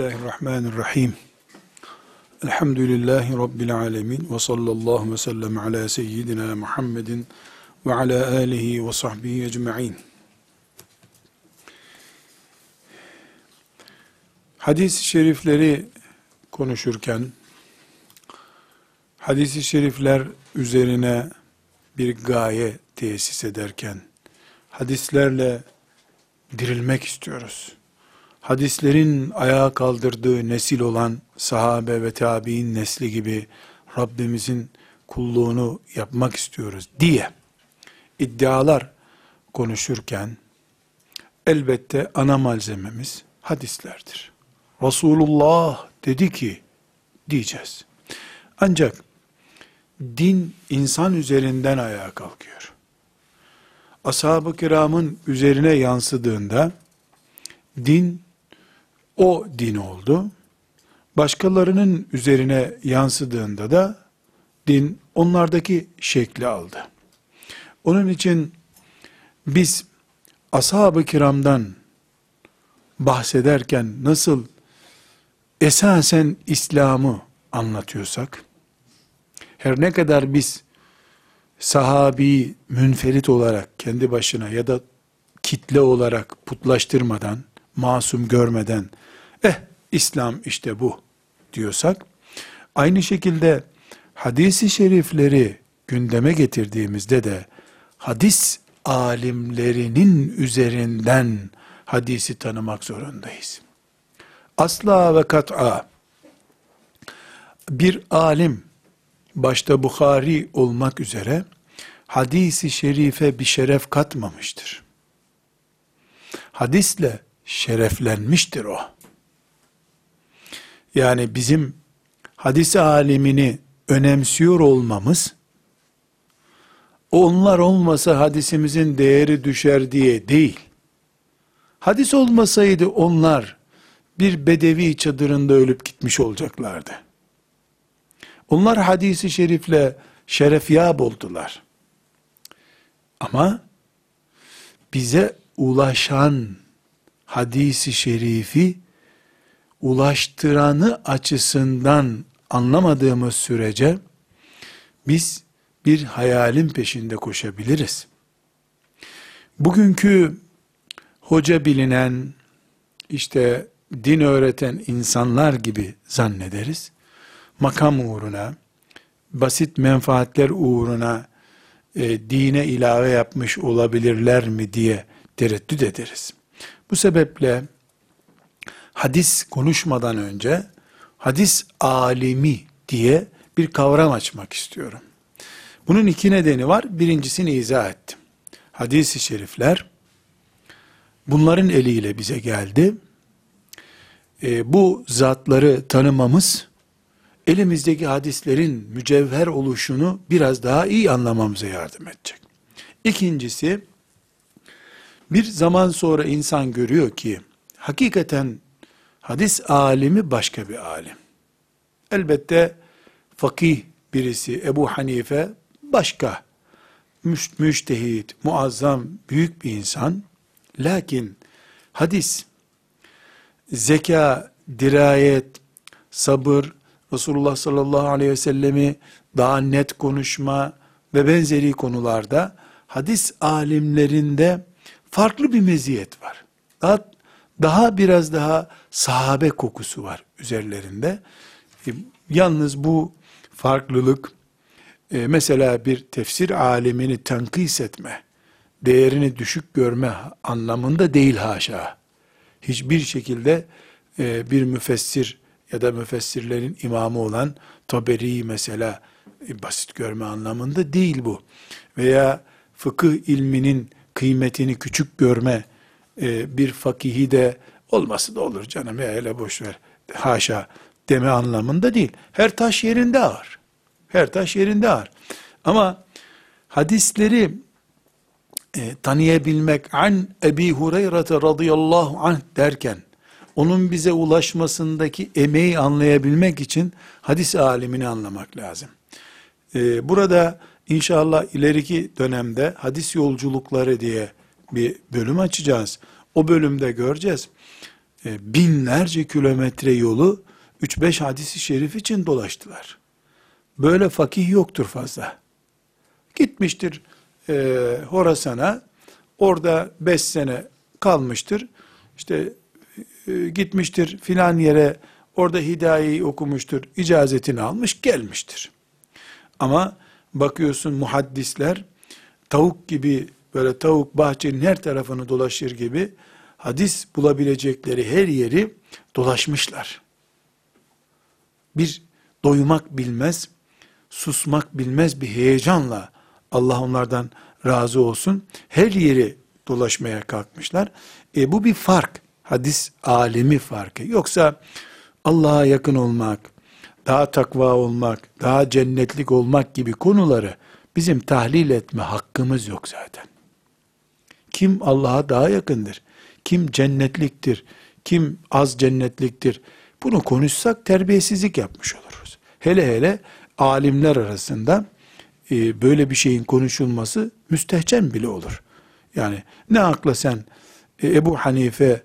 Bismillahirrahmanirrahim. Elhamdülillahi Rabbil alemin. Ve sallallahu ve sellem ala seyyidina Muhammedin ve ala alihi ve sahbihi ecma'in. Hadis-i şerifleri konuşurken, hadis-i şerifler üzerine bir gaye tesis ederken, hadislerle dirilmek istiyoruz. Hadislerin ayağa kaldırdığı nesil olan sahabe ve tabi'in nesli gibi Rabbimizin kulluğunu yapmak istiyoruz diye iddialar konuşurken elbette ana malzememiz hadislerdir. Resulullah dedi ki diyeceğiz. Ancak din insan üzerinden ayağa kalkıyor. Ashab-ı kiramın üzerine yansıdığında din o din oldu. Başkalarının üzerine yansıdığında da din onlardaki şekli aldı. Onun için biz ashab-ı kiramdan bahsederken nasıl esasen İslam'ı anlatıyorsak, her ne kadar biz sahabeyi münferit olarak kendi başına ya da kitle olarak putlaştırmadan, masum görmeden, İslam işte bu diyorsak, aynı şekilde hadis-i şerifleri gündeme getirdiğimizde de hadis alimlerinin üzerinden hadisi tanımak zorundayız. Asla ve kat'a bir alim, başta Bukhari olmak üzere, hadis-i şerife bir şeref katmamıştır. Hadisle şereflenmiştir o. Yani bizim hadis alimini önemsiyor olmamız, onlar olmasa hadisimizin değeri düşer diye değil. Hadis olmasaydı onlar bir bedevi çadırında ölüp gitmiş olacaklardı. Onlar hadisi şerifle şerefyab oldular. Ama bize ulaşan hadisi şerifi ulaştıranı açısından anlamadığımız sürece biz bir hayalin peşinde koşabiliriz. Bugünkü hoca bilinen, işte din öğreten insanlar gibi zannederiz. Makam uğruna, basit menfaatler uğruna dine ilave yapmış olabilirler mi diye tereddüt ederiz. Bu sebeple hadis konuşmadan önce hadis alimi diye bir kavram açmak istiyorum. Bunun iki nedeni var. Birincisini izah ettim. Hadis-i şerifler bunların eliyle bize geldi. Bu zatları tanımamız elimizdeki hadislerin mücevher oluşunu biraz daha iyi anlamamıza yardım edecek. İkincisi, bir zaman sonra insan görüyor ki hakikaten hadis alimi başka bir alim. Elbette fakih birisi, Ebu Hanife başka, müçtehit, muazzam, büyük bir insan. Lakin hadis, zeka, dirayet, sabır, Resulullah sallallahu aleyhi ve sellemi daha net konuşma ve benzeri konularda hadis alimlerinde farklı bir meziyet var. Biraz daha sahabe kokusu var üzerlerinde. Yalnız bu farklılık mesela bir tefsir alimini tenkis etme, değerini düşük görme anlamında değil haşa. Hiçbir şekilde bir müfessir ya da müfessirlerin imamı olan Taberi'yi mesela basit görme anlamında değil bu. Veya fıkıh ilminin kıymetini küçük görme, bir fakihi de olması da olur canım ya hele boşver haşa deme anlamında değil. Her taş yerinde ağır. Her taş yerinde ağır. Ama hadisleri tanıyabilmek, an Ebi Hureyre radıyallahu anh derken onun bize ulaşmasındaki emeği anlayabilmek için hadis alimini anlamak lazım. Burada inşallah ileriki dönemde hadis yolculukları diye bir bölüm açacağız. O bölümde göreceğiz. binlerce kilometre yolu 3-5 hadisi şerif için dolaştılar. Böyle fakih yoktur fazla. Gitmiştir Horasan'a, orada 5 sene kalmıştır. İşte gitmiştir filan yere, orada hidayeyi okumuştur, icazetini almış gelmiştir. Ama bakıyorsun muhaddisler tavuk gibi, böyle tavuk bahçenin her tarafını dolaşır gibi hadis bulabilecekleri her yeri dolaşmışlar. Bir doymak bilmez, susmak bilmez bir heyecanla, Allah onlardan razı olsun, her yeri dolaşmaya kalkmışlar. Bu bir fark. Hadis alimi farkı. Yoksa Allah'a yakın olmak, daha takva olmak, daha cennetlik olmak gibi konuları bizim tahlil etme hakkımız yok zaten. Kim Allah'a daha yakındır? Kim cennetliktir? Kim az cennetliktir? Bunu konuşsak terbiyesizlik yapmış oluruz. Hele hele alimler arasında böyle bir şeyin konuşulması müstehcen bile olur. Yani ne akla sen Ebu Hanife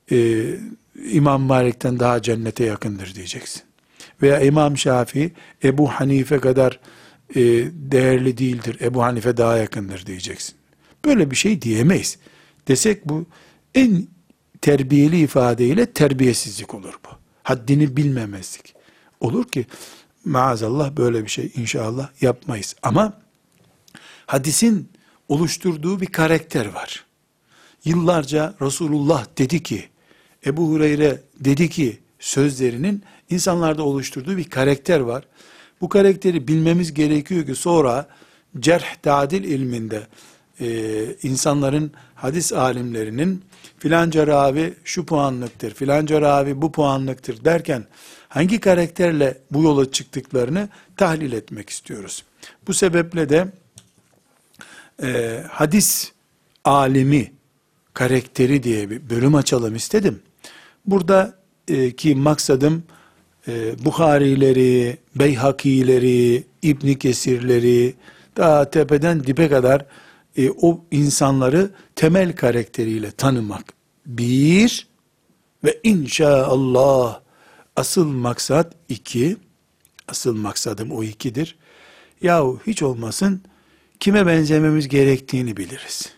İmam Malik'ten daha cennete yakındır diyeceksin. Veya İmam Şafii Ebu Hanife kadar değerli değildir, Ebu Hanife daha yakındır diyeceksin. Böyle bir şey diyemeyiz. Desek bu en terbiyeli ifadeyle terbiyesizlik olur bu. Haddini bilmemezlik. Olur ki maazallah böyle bir şey inşallah yapmayız. Ama hadisin oluşturduğu bir karakter var. Yıllarca Resulullah dedi ki, Ebu Hureyre dedi ki sözlerinin insanlarda oluşturduğu bir karakter var. Bu karakteri bilmemiz gerekiyor ki sonra cerh tadil ilminde insanların, hadis alimlerinin filanca ravi şu puanlıktır, filanca ravi bu puanlıktır derken hangi karakterle bu yola çıktıklarını tahlil etmek istiyoruz. Bu sebeple de hadis alimi karakteri diye bir bölüm açalım istedim. Burada ki maksadım Buharileri, Beyhakileri, İbn Kesirleri, daha tepeden dibe kadar o insanları temel karakteriyle tanımak. Bir ve inşallah asıl maksat iki, asıl maksadım o ikidir. Yahu hiç olmasın kime benzememiz gerektiğini biliriz.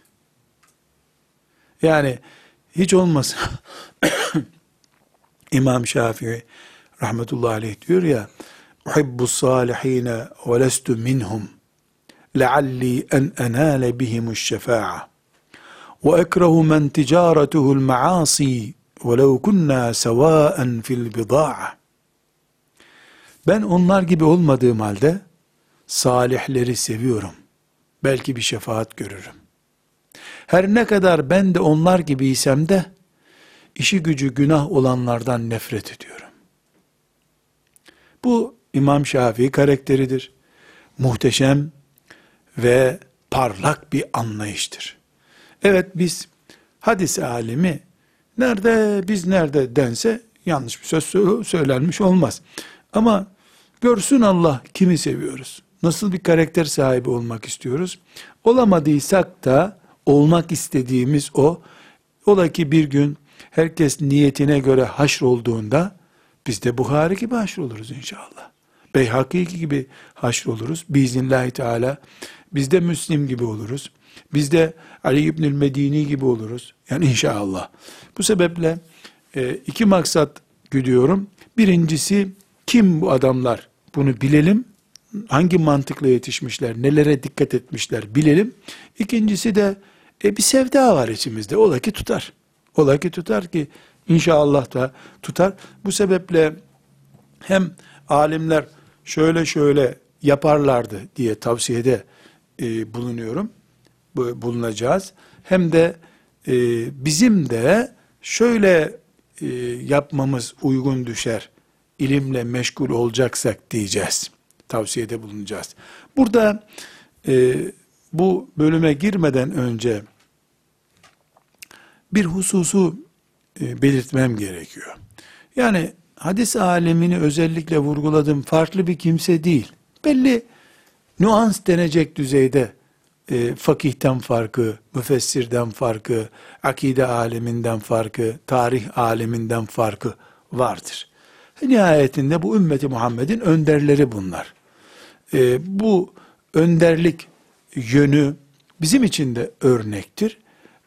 Yani hiç olmasın İmam Şafii rahmetullahi aleyh diyor ya, uhibbu salihine ve lestu minhum lealli en enale bihimuş şefa'a ve ekrehu men ticaretuhu'l maasi ve lev kunna sevaen fil bida'a. Ben onlar gibi olmadığım halde salihleri seviyorum. Belki bir şefaat görürüm. Her ne kadar ben de onlar gibiysem de işi gücü günah olanlardan nefret ediyorum. Bu İmam Şafii karakteridir. Muhteşem ve parlak bir anlayıştır. Evet, biz hadis alimi nerede, biz nerede dense yanlış bir söz söylenmiş olmaz. Ama görsün Allah kimi seviyoruz. Nasıl bir karakter sahibi olmak istiyoruz. Olamadıysak da olmak istediğimiz o. Ola ki bir gün herkes niyetine göre haşrolduğunda biz de Buhari gibi haşroluruz inşallah. Beyhaki gibi haşroluruz. Biiznillahü teala biz de Müslim gibi oluruz. Biz de Ali İbnül Medini gibi oluruz. Yani inşallah. Bu sebeple iki maksat güdüyorum. Birincisi kim bu adamlar? Bunu bilelim. Hangi mantıkla yetişmişler, nelere dikkat etmişler bilelim. İkincisi de bir sevda var içimizde. Ola ki tutar. Ola ki tutar ki inşallah da tutar. Bu sebeple hem alimler şöyle şöyle yaparlardı diye tavsiyede bulunuyorum. Bulunacağız. Hem de bizim de şöyle yapmamız uygun düşer. İlimle meşgul olacaksak diyeceğiz. Tavsiyede bulunacağız. Burada bu bölüme girmeden önce bir hususu belirtmem gerekiyor. Yani hadis alemini özellikle vurguladım, farklı bir kimse değil. Belli nüans denecek düzeyde fakihten farkı, müfessirden farkı, akide aleminden farkı, tarih aleminden farkı vardır. Nihayetinde bu ümmeti Muhammed'in önderleri bunlar. Bu önderlik yönü bizim için de örnektir.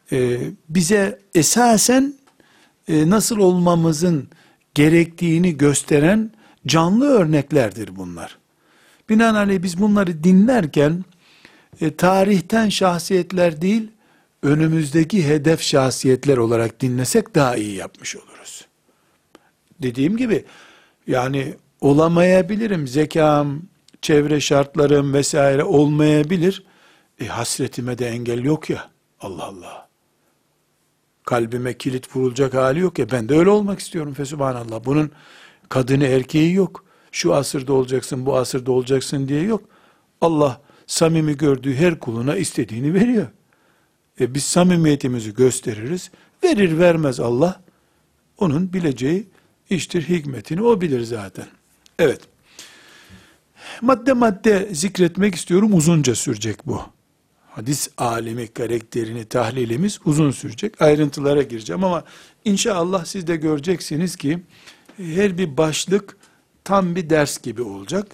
Bize esasen nasıl olmamızın gerektiğini gösteren canlı örneklerdir bunlar. Binaenaleyh biz bunları dinlerken tarihten şahsiyetler değil, önümüzdeki hedef şahsiyetler olarak dinlesek daha iyi yapmış oluruz. Dediğim gibi yani olamayabilirim, zekam, çevre şartlarım vesaire olmayabilir. Hasretime de engel yok ya. Allah Allah. Kalbime kilit vurulacak hali yok ya. Ben de öyle olmak istiyorum fesubhanallah. Bunun kadını erkeği yok. Şu asırda olacaksın, bu asırda olacaksın diye yok. Allah samimi gördüğü her kuluna istediğini veriyor. Biz samimiyetimizi gösteririz. Verir vermez Allah. Onun bileceği iştir, hikmetini o bilir zaten. Evet. Madde madde zikretmek istiyorum. Uzunca sürecek bu. Hadis alimi karakterini tahlilimiz uzun sürecek. Ayrıntılara gireceğim ama inşallah siz de göreceksiniz ki her bir başlık tam bir ders gibi olacak.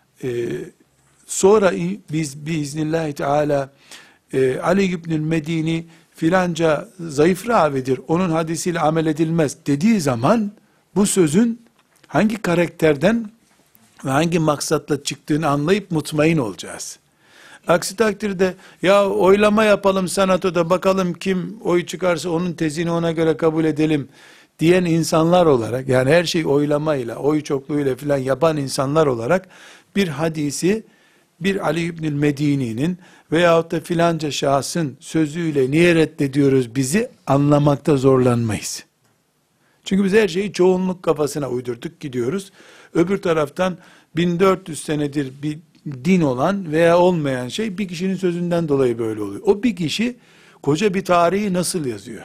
Sonra biz biiznillahü teala Ali İbnül Medini filanca zayıf ravidir, onun hadisiyle amel edilmez dediği zaman bu sözün hangi karakterden ve hangi maksatla çıktığını anlayıp mutmain olacağız. Aksi takdirde ya oylama yapalım senatoda bakalım kim oy çıkarsa onun tezini ona göre kabul edelim diyen insanlar olarak, yani her şey oylamayla, oy çokluğuyla filan yapan insanlar olarak bir hadisi bir Ali İbnül Medini'nin veyahut da filanca şahsın sözüyle niye reddediyoruz bizi anlamakta zorlanmayız. Çünkü biz her şeyi çoğunluk kafasına uydurduk gidiyoruz. Öbür taraftan 1400 senedir bir din olan veya olmayan şey bir kişinin sözünden dolayı böyle oluyor. O bir kişi koca bir tarihi nasıl yazıyor?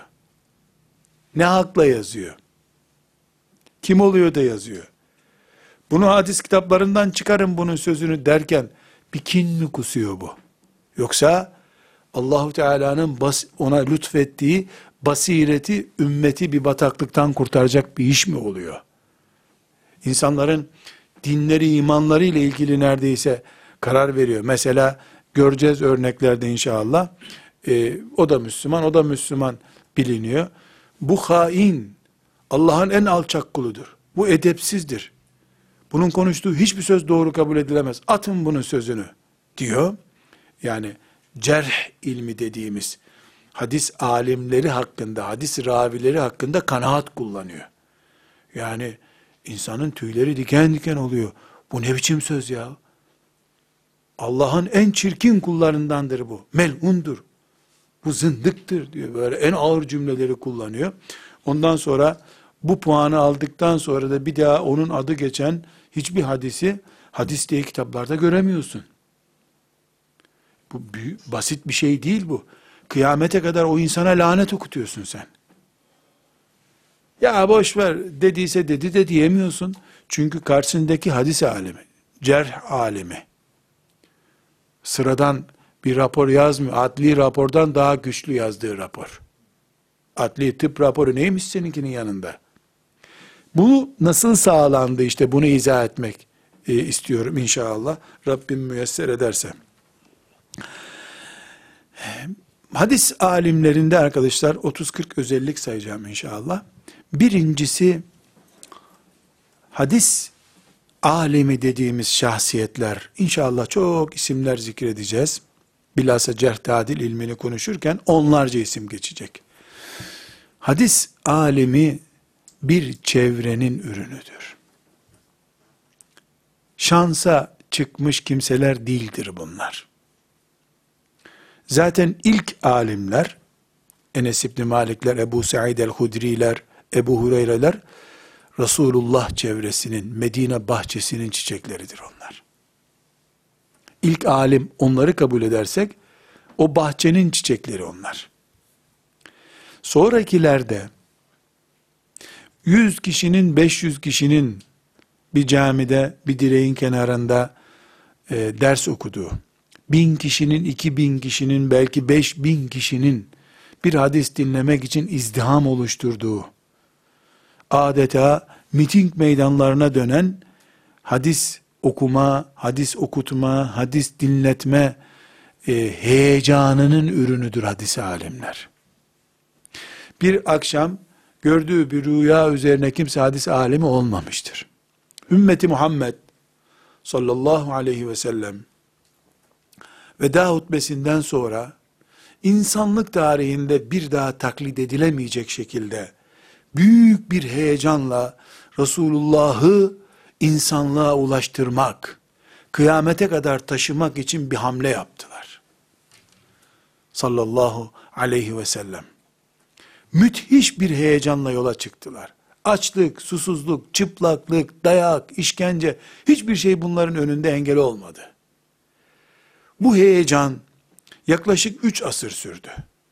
Ne hakla yazıyor? Kim oluyor da yazıyor? Bunu hadis kitaplarından çıkarın bunun sözünü derken bir kin mi kusuyor bu? Yoksa Allahu Teala'nın ona lütfettiği basireti ümmeti bir bataklıktan kurtaracak bir iş mi oluyor? İnsanların dinleri, imanları ile ilgili neredeyse karar veriyor. Mesela göreceğiz örneklerde inşallah. O da Müslüman, o da Müslüman biliniyor. Bu hain, Allah'ın en alçak kuludur. Bu edepsizdir. Bunun konuştuğu hiçbir söz doğru kabul edilemez. Atın bunun sözünü diyor. Yani cerh ilmi dediğimiz hadis alimleri hakkında, hadis ravileri hakkında kanaat kullanıyor. Yani insanın tüyleri diken diken oluyor. Bu ne biçim söz ya? Allah'ın en çirkin kullarındandır bu. Melundur. Bu zındıktır diyor. Böyle en ağır cümleleri kullanıyor. Ondan sonra bu puanı aldıktan sonra da bir daha onun adı geçen hiçbir hadisi hadis diye kitaplarda göremiyorsun. Bu basit bir şey değil bu. Kıyamete kadar o insana lanet okutuyorsun sen. Ya boş ver dediyse dedi de diyemiyorsun. Çünkü karşısındaki hadis alemi, cerh alemi. Sıradan bir rapor yazmıyor. Adli rapordan daha güçlü yazdığı rapor. Adli tıp raporu neymiş seninkinin yanında? Bu nasıl sağlandı, işte bunu izah etmek istiyorum inşallah. Rabbim müyesser ederse. Hadis alimlerinde arkadaşlar 30-40 özellik sayacağım inşallah. Birincisi, hadis alimi dediğimiz şahsiyetler, inşallah çok isimler zikredeceğiz. Bilhassa cerh tadil ilmini konuşurken onlarca isim geçecek. Hadis alimi bir çevrenin ürünüdür. Şansa çıkmış kimseler değildir bunlar. Zaten ilk alimler, Enes İbni Malikler, Ebu Said el-Hudriler, Ebu Hureyreler, Resulullah çevresinin, Medine bahçesinin çiçekleridir onlar. İlk alim onları kabul edersek, o bahçenin çiçekleri onlar. Sonrakilerde, 100 kişinin, 500 kişinin bir camide, bir direğin kenarında ders okuduğu, 1000 kişinin, 2000 kişinin, belki 5000 kişinin bir hadis dinlemek için izdiham oluşturduğu, adeta miting meydanlarına dönen hadis okuma, hadis okutma, hadis dinletme heyecanının ürünüdür hadis alimler. Bir akşam gördüğü bir rüya üzerine kimse hadis alimi olmamıştır. Ümmeti Muhammed sallallahu aleyhi ve sellem veda hutbesinden sonra insanlık tarihinde bir daha taklit edilemeyecek şekilde büyük bir heyecanla Resulullah'ı insanlığa ulaştırmak, kıyamete kadar taşımak için bir hamle yaptılar. Sallallahu aleyhi ve sellem. Müthiş bir heyecanla yola çıktılar. Açlık, susuzluk, çıplaklık, dayak, işkence, hiçbir şey bunların önünde engel olmadı. Bu heyecan yaklaşık 3 asır sürdü.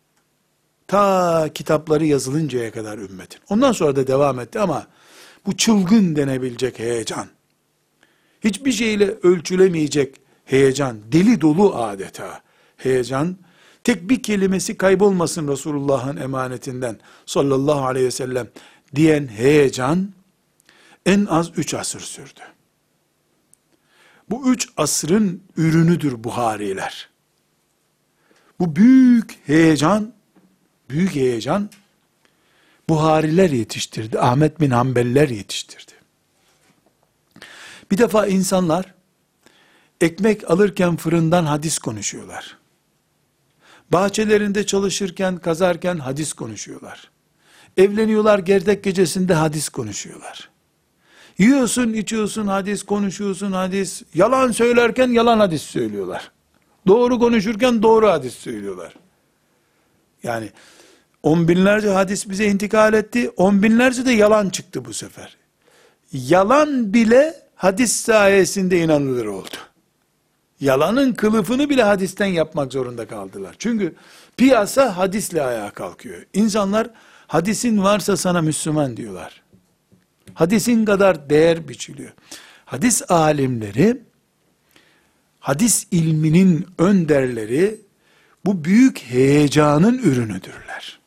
Ta kitapları yazılıncaya kadar ümmetin. Ondan sonra da devam etti ama bu çılgın denebilecek heyecan, hiçbir şeyle ölçülemeyecek heyecan, deli dolu adeta heyecan, tek bir kelimesi kaybolmasın Resulullah'ın emanetinden sallallahu aleyhi ve sellem diyen heyecan en az 3 asır sürdü. Bu 3 asrın ürünüdür Buhariler. Bu büyük heyecan Buhariler yetiştirdi. Ahmet bin Hanbeliler yetiştirdi. Bir defa insanlar ekmek alırken fırından hadis konuşuyorlar. Bahçelerinde çalışırken, kazarken hadis konuşuyorlar. Evleniyorlar, gerdek gecesinde hadis konuşuyorlar. Yiyorsun, içiyorsun, hadis konuşuyorsun, hadis. Yalan söylerken yalan hadis söylüyorlar. Doğru konuşurken doğru hadis söylüyorlar. Yani 10 binlerce hadis bize intikal etti. 10 binlerce de yalan çıktı bu sefer. Yalan bile hadis sayesinde inanılır oldu. Yalanın kılıfını bile hadisten yapmak zorunda kaldılar. Çünkü piyasa hadisle ayağa kalkıyor. İnsanlar hadisin varsa sana Müslüman diyorlar. Hadisin kadar değer biçiliyor. Hadis alimleri, hadis ilminin önderleri, bu büyük heyecanın ürünüdürler.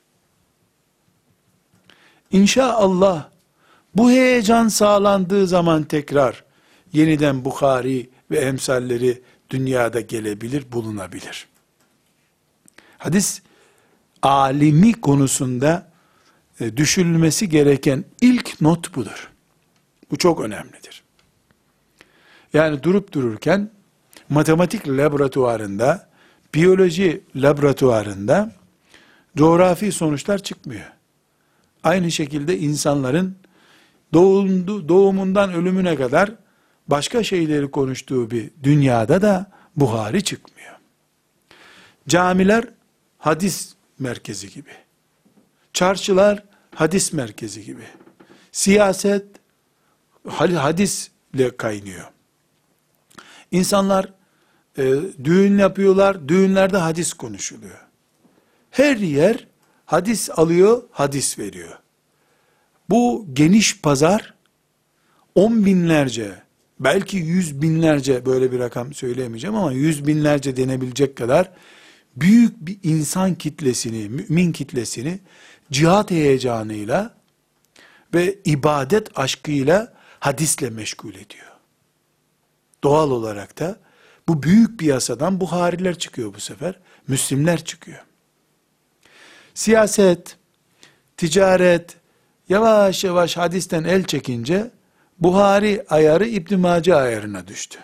İnşallah bu heyecan sağlandığı zaman tekrar yeniden Bukhari ve emsalleri dünyada gelebilir, bulunabilir. Hadis alimi konusunda düşülmesi gereken ilk not budur. Bu çok önemlidir. Yani durup dururken matematik laboratuvarında, biyoloji laboratuvarında coğrafi sonuçlar çıkmıyor. Aynı şekilde insanların doğumundan ölümüne kadar başka şeyleri konuştuğu bir dünyada da Buhari çıkmıyor. Camiler hadis merkezi gibi. Çarşılar hadis merkezi gibi. Siyaset hadisle kaynıyor. İnsanlar düğün yapıyorlar, düğünlerde hadis konuşuluyor. Her yer hadis alıyor, hadis veriyor. Bu geniş pazar 10 binlerce, belki 100 binlerce, böyle bir rakam söyleyemeyeceğim ama 100 binlerce denebilecek kadar büyük bir insan kitlesini, mümin kitlesini cihat heyecanıyla ve ibadet aşkıyla hadisle meşgul ediyor. Doğal olarak da bu büyük piyasadan Buhariler çıkıyor bu sefer, Müslimler çıkıyor. Siyaset, ticaret yavaş yavaş hadisten el çekince Buhari ayarı İbn Mace ayarına düştü.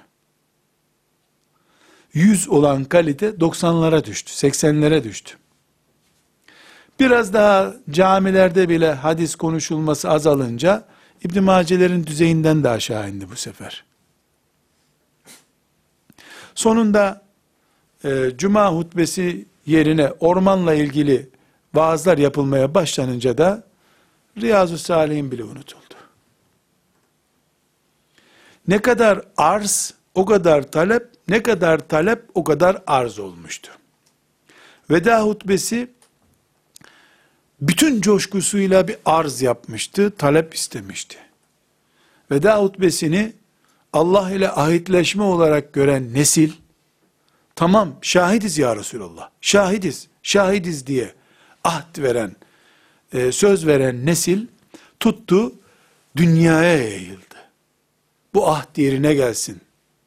100 olan kalite 90'lara düştü, 80'lere düştü. Biraz daha camilerde bile hadis konuşulması azalınca İbn Mace'lerin düzeyinden de aşağı indi bu sefer. Sonunda cuma hutbesi yerine ormanla ilgili vaazlar yapılmaya başlanınca da Riyazu Salihin bile unutuldu. Ne kadar arz, o kadar talep, ne kadar talep, o kadar arz olmuştu. Veda hutbesi bütün coşkusuyla bir arz yapmıştı, talep istemişti. Veda hutbesini Allah ile ahitleşme olarak gören nesil, Tamam, şahidiz ya Resulallah, şahidiz, şahidiz diye ahd veren, söz veren nesil tuttu, dünyaya yayıldı. Bu ahd yerine gelsin.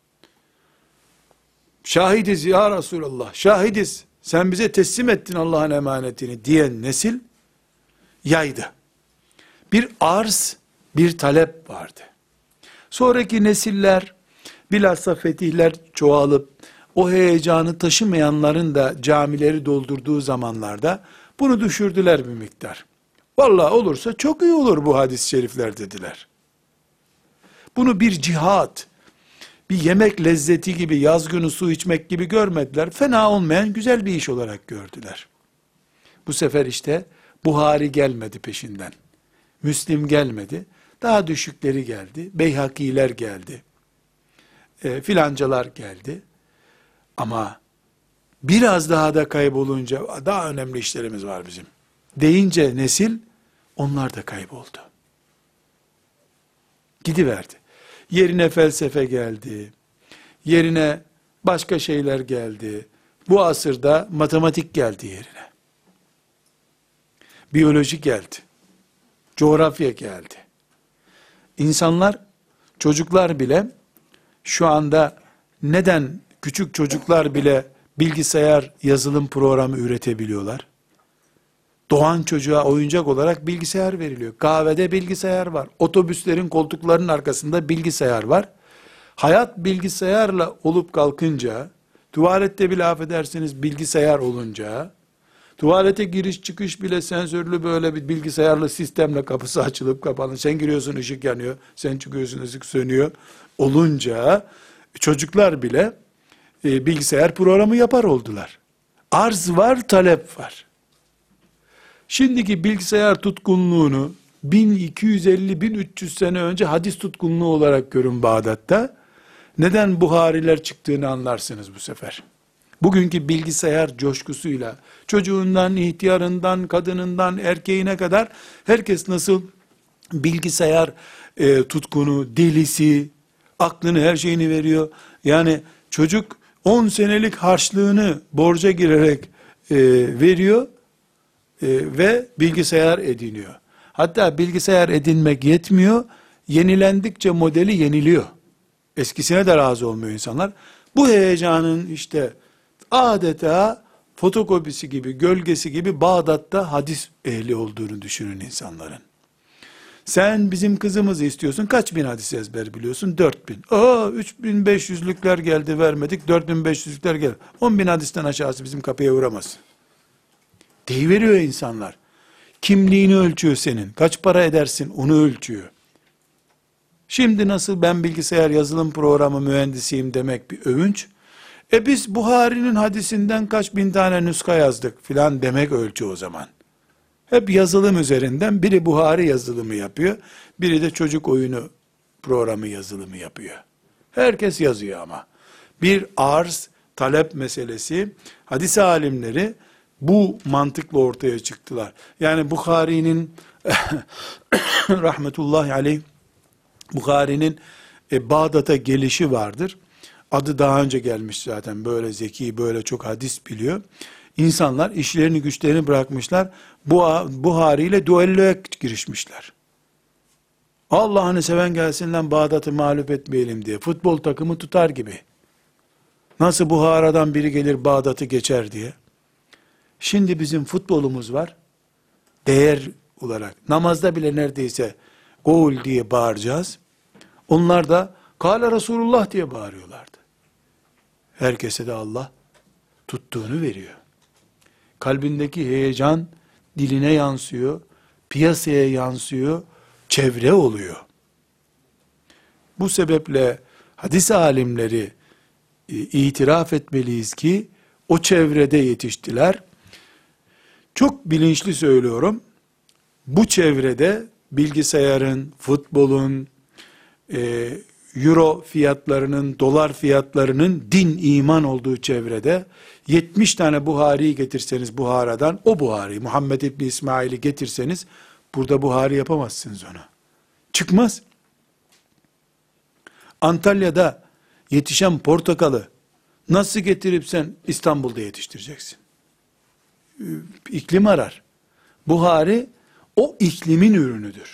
Şahidiz ya Resulallah, şahidiz, sen bize teslim ettin Allah'ın emanetini diyen nesil yaydı. Bir arz, bir talep vardı. Sonraki nesiller, bilhassa fetihler çoğalıp, o heyecanı taşımayanların da camileri doldurduğu zamanlarda, bunu düşürdüler bir miktar. Vallahi olursa çok iyi olur bu hadis-i şerifler dediler. Bunu bir cihat, bir yemek lezzeti gibi, yaz günü su içmek gibi görmediler. Fena olmayan güzel bir iş olarak gördüler. Bu sefer işte Buhari gelmedi peşinden. Müslim gelmedi. Daha düşükleri geldi. Beyhakiler geldi. Filancalar geldi. Ama biraz daha da kaybolunca, daha önemli işlerimiz var bizim deyince nesil, onlar da kayboldu. Gidiverdi. Yerine felsefe geldi. Yerine başka şeyler geldi. Bu asırda matematik geldi yerine. Biyoloji geldi. Coğrafya geldi. İnsanlar, çocuklar bile şu anda neden küçük çocuklar bile bilgisayar yazılım programı üretebiliyorlar? Doğan çocuğa oyuncak olarak bilgisayar veriliyor. Kahvede bilgisayar var. Otobüslerin koltuklarının arkasında bilgisayar var. Hayat bilgisayarla olup kalkınca, tuvalette bile affedersiniz bilgisayar olunca, tuvalete giriş çıkış bile sensörlü böyle bir bilgisayarlı sistemle kapısı açılıp kapanıyor. Sen giriyorsun ışık yanıyor, sen çıkıyorsun ışık sönüyor olunca, çocuklar bile bilgisayar programı yapar oldular. Arz var, talep var. Şimdiki bilgisayar tutkunluğunu 1250-1300 sene önce hadis tutkunluğu olarak görün Bağdat'ta. Neden Buhariler çıktığını anlarsınız bu sefer. Bugünkü bilgisayar coşkusuyla çocuğundan, ihtiyarından, kadınından, erkeğine kadar herkes nasıl bilgisayar tutkunu, delisi, aklını, her şeyini veriyor. Yani çocuk 10 senelik harçlığını borca girerek veriyor ve bilgisayar ediniyor. Hatta bilgisayar edinmek yetmiyor, yenilendikçe modeli yeniliyor. Eskisine de razı olmuyor insanlar. Bu heyecanın işte adeta fotokopisi gibi, gölgesi gibi Bağdat'ta hadis ehli olduğunu düşünün insanların. Sen bizim kızımızı istiyorsun, kaç bin hadis ezber biliyorsun? 4000. 3500'lükler geldi vermedik, 4500'lükler geldi. 10.000 hadisten aşağısı bizim kapıya uğramaz. Deyiveriyor insanlar. Kimliğini ölçüyor senin. Kaç para edersin onu ölçüyor. Şimdi nasıl ben bilgisayar yazılım programı mühendisiyim demek bir övünç. Biz Buhari'nin hadisinden kaç bin tane nüska yazdık filan demek ölçü o zaman. Hep yazılım üzerinden, biri Buhari yazılımı yapıyor, biri de çocuk oyunu programı yazılımı yapıyor. Herkes yazıyor ama. Bir arz, talep meselesi, hadis alimleri bu mantıkla ortaya çıktılar. Yani Buhari'nin rahmetullahi aleyh, Buhari'nin Bağdat'a gelişi vardır. Adı daha önce gelmiş zaten, böyle zeki, böyle çok hadis biliyor. İnsanlar işlerini güçlerini bırakmışlar, Buhari ile düelloya girişmişler. Allah'ını seven gelsin lan Bağdat'ı mağlup etmeyelim diye. Futbol takımı tutar gibi. Nasıl Buhara'dan biri gelir Bağdat'ı geçer diye. Şimdi bizim futbolumuz var. Değer olarak. Namazda bile neredeyse gol diye bağıracağız. Onlar da Kâle Resulullah diye bağırıyorlardı. Herkese de Allah tuttuğunu veriyor. Kalbindeki heyecan diline yansıyor, piyasaya yansıyor, çevre oluyor. Bu sebeple hadis alimleri itiraf etmeliyiz ki o çevrede yetiştiler. Çok bilinçli söylüyorum. Bu çevrede bilgisayarın, futbolun, euro fiyatlarının, dolar fiyatlarının din, iman olduğu çevrede 70 tane Buhari'yi getirseniz Buhara'dan, o Buhari, Muhammed İbni İsmail'i getirseniz, burada Buhari yapamazsınız ona. Çıkmaz. Antalya'da yetişen portakalı Nasıl getirip sen İstanbul'da yetiştireceksin? İklim arar. Buhari o iklimin ürünüdür.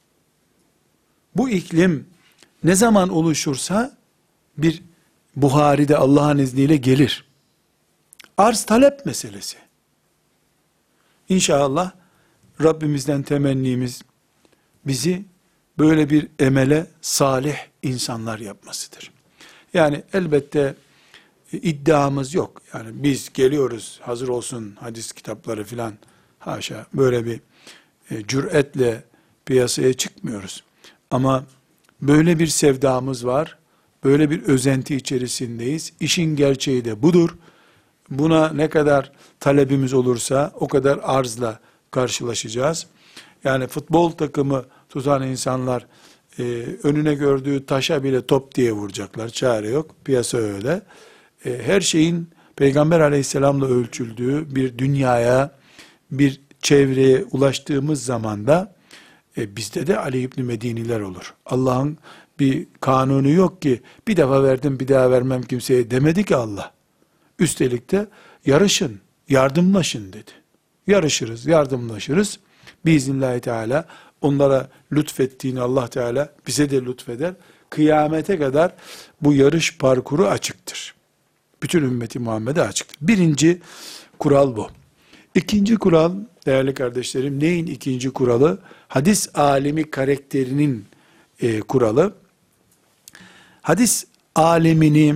Bu iklim ne zaman oluşursa bir Buhari de Allah'ın izniyle gelir. Arz talep meselesi. İnşallah Rabbimizden temennimiz bizi böyle bir emele salih insanlar yapmasıdır. Yani elbette iddiamız yok. Yani biz geliyoruz, hazır olsun hadis kitapları filan, haşa, böyle bir cüretle piyasaya çıkmıyoruz. Ama böyle bir sevdamız var, böyle bir özenti içerisindeyiz. İşin gerçeği de budur. Buna ne kadar talebimiz olursa o kadar arzla karşılaşacağız. Yani futbol takımı tutan insanlar önüne gördüğü taşa bile top diye vuracaklar. Çare yok. Piyasa öyle. Her şeyin Peygamber aleyhisselamla ölçüldüğü bir dünyaya, bir çevreye ulaştığımız zaman da bizde de Ali İbni Mediniler olur. Allah'ın bir kanunu yok ki bir defa verdim bir daha vermem kimseye demedi ki Allah. Üstelik de yarışın, yardımlaşın dedi. Yarışırız, yardımlaşırız. Biiznillahü Teala onlara lütfettiğini Allah Teala bize de lütfeder. Kıyamete kadar bu yarış parkuru açıktır. Bütün ümmeti Muhammed'e açıktır. Birinci kural bu. İkinci kural, değerli kardeşlerim, neyin ikinci kuralı? Hadis alimi karakterinin kuralı. Hadis alimini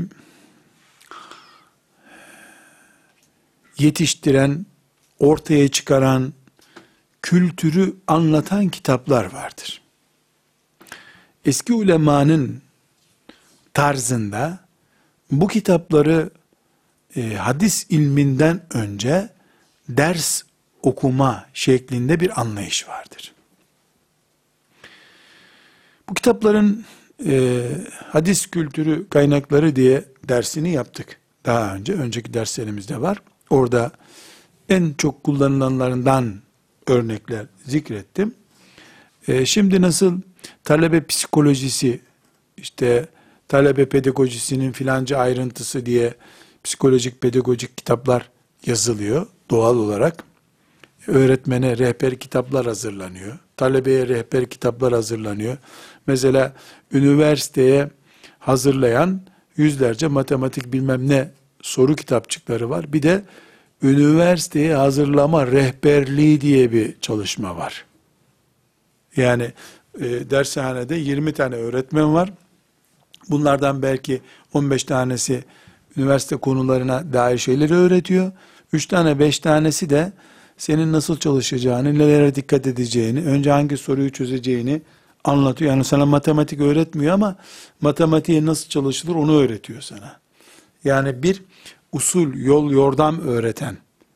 yetiştiren, ortaya çıkaran, kültürü anlatan kitaplar vardır. Eski ulemanın tarzında bu kitapları hadis ilminden önce ders okuma şeklinde bir anlayış vardır. Bu kitapların hadis kültürü kaynakları diye dersini yaptık. Daha önceki derslerimizde var. Orada en çok kullanılanlarından örnekler zikrettim. Şimdi nasıl talebe psikolojisi, işte talebe pedagojisinin filanca ayrıntısı diye psikolojik pedagojik kitaplar yazılıyor doğal olarak. Öğretmene rehber kitaplar hazırlanıyor. Talebeye rehber kitaplar hazırlanıyor. Mesela üniversiteye hazırlayan yüzlerce matematik bilmem ne soru kitapçıkları var. Bir de üniversiteye hazırlama rehberliği diye bir çalışma var. Yani dershanede 20 tane öğretmen var. Bunlardan belki 15 tanesi üniversite konularına dair şeyleri öğretiyor. 3 tane 5 tanesi de senin nasıl çalışacağını, nelere dikkat edeceğini, önce hangi soruyu çözeceğini anlatıyor. Yani sana matematik öğretmiyor ama matematiğe nasıl çalışılır onu öğretiyor sana. Yani bir usul, yol, yordam öğreten,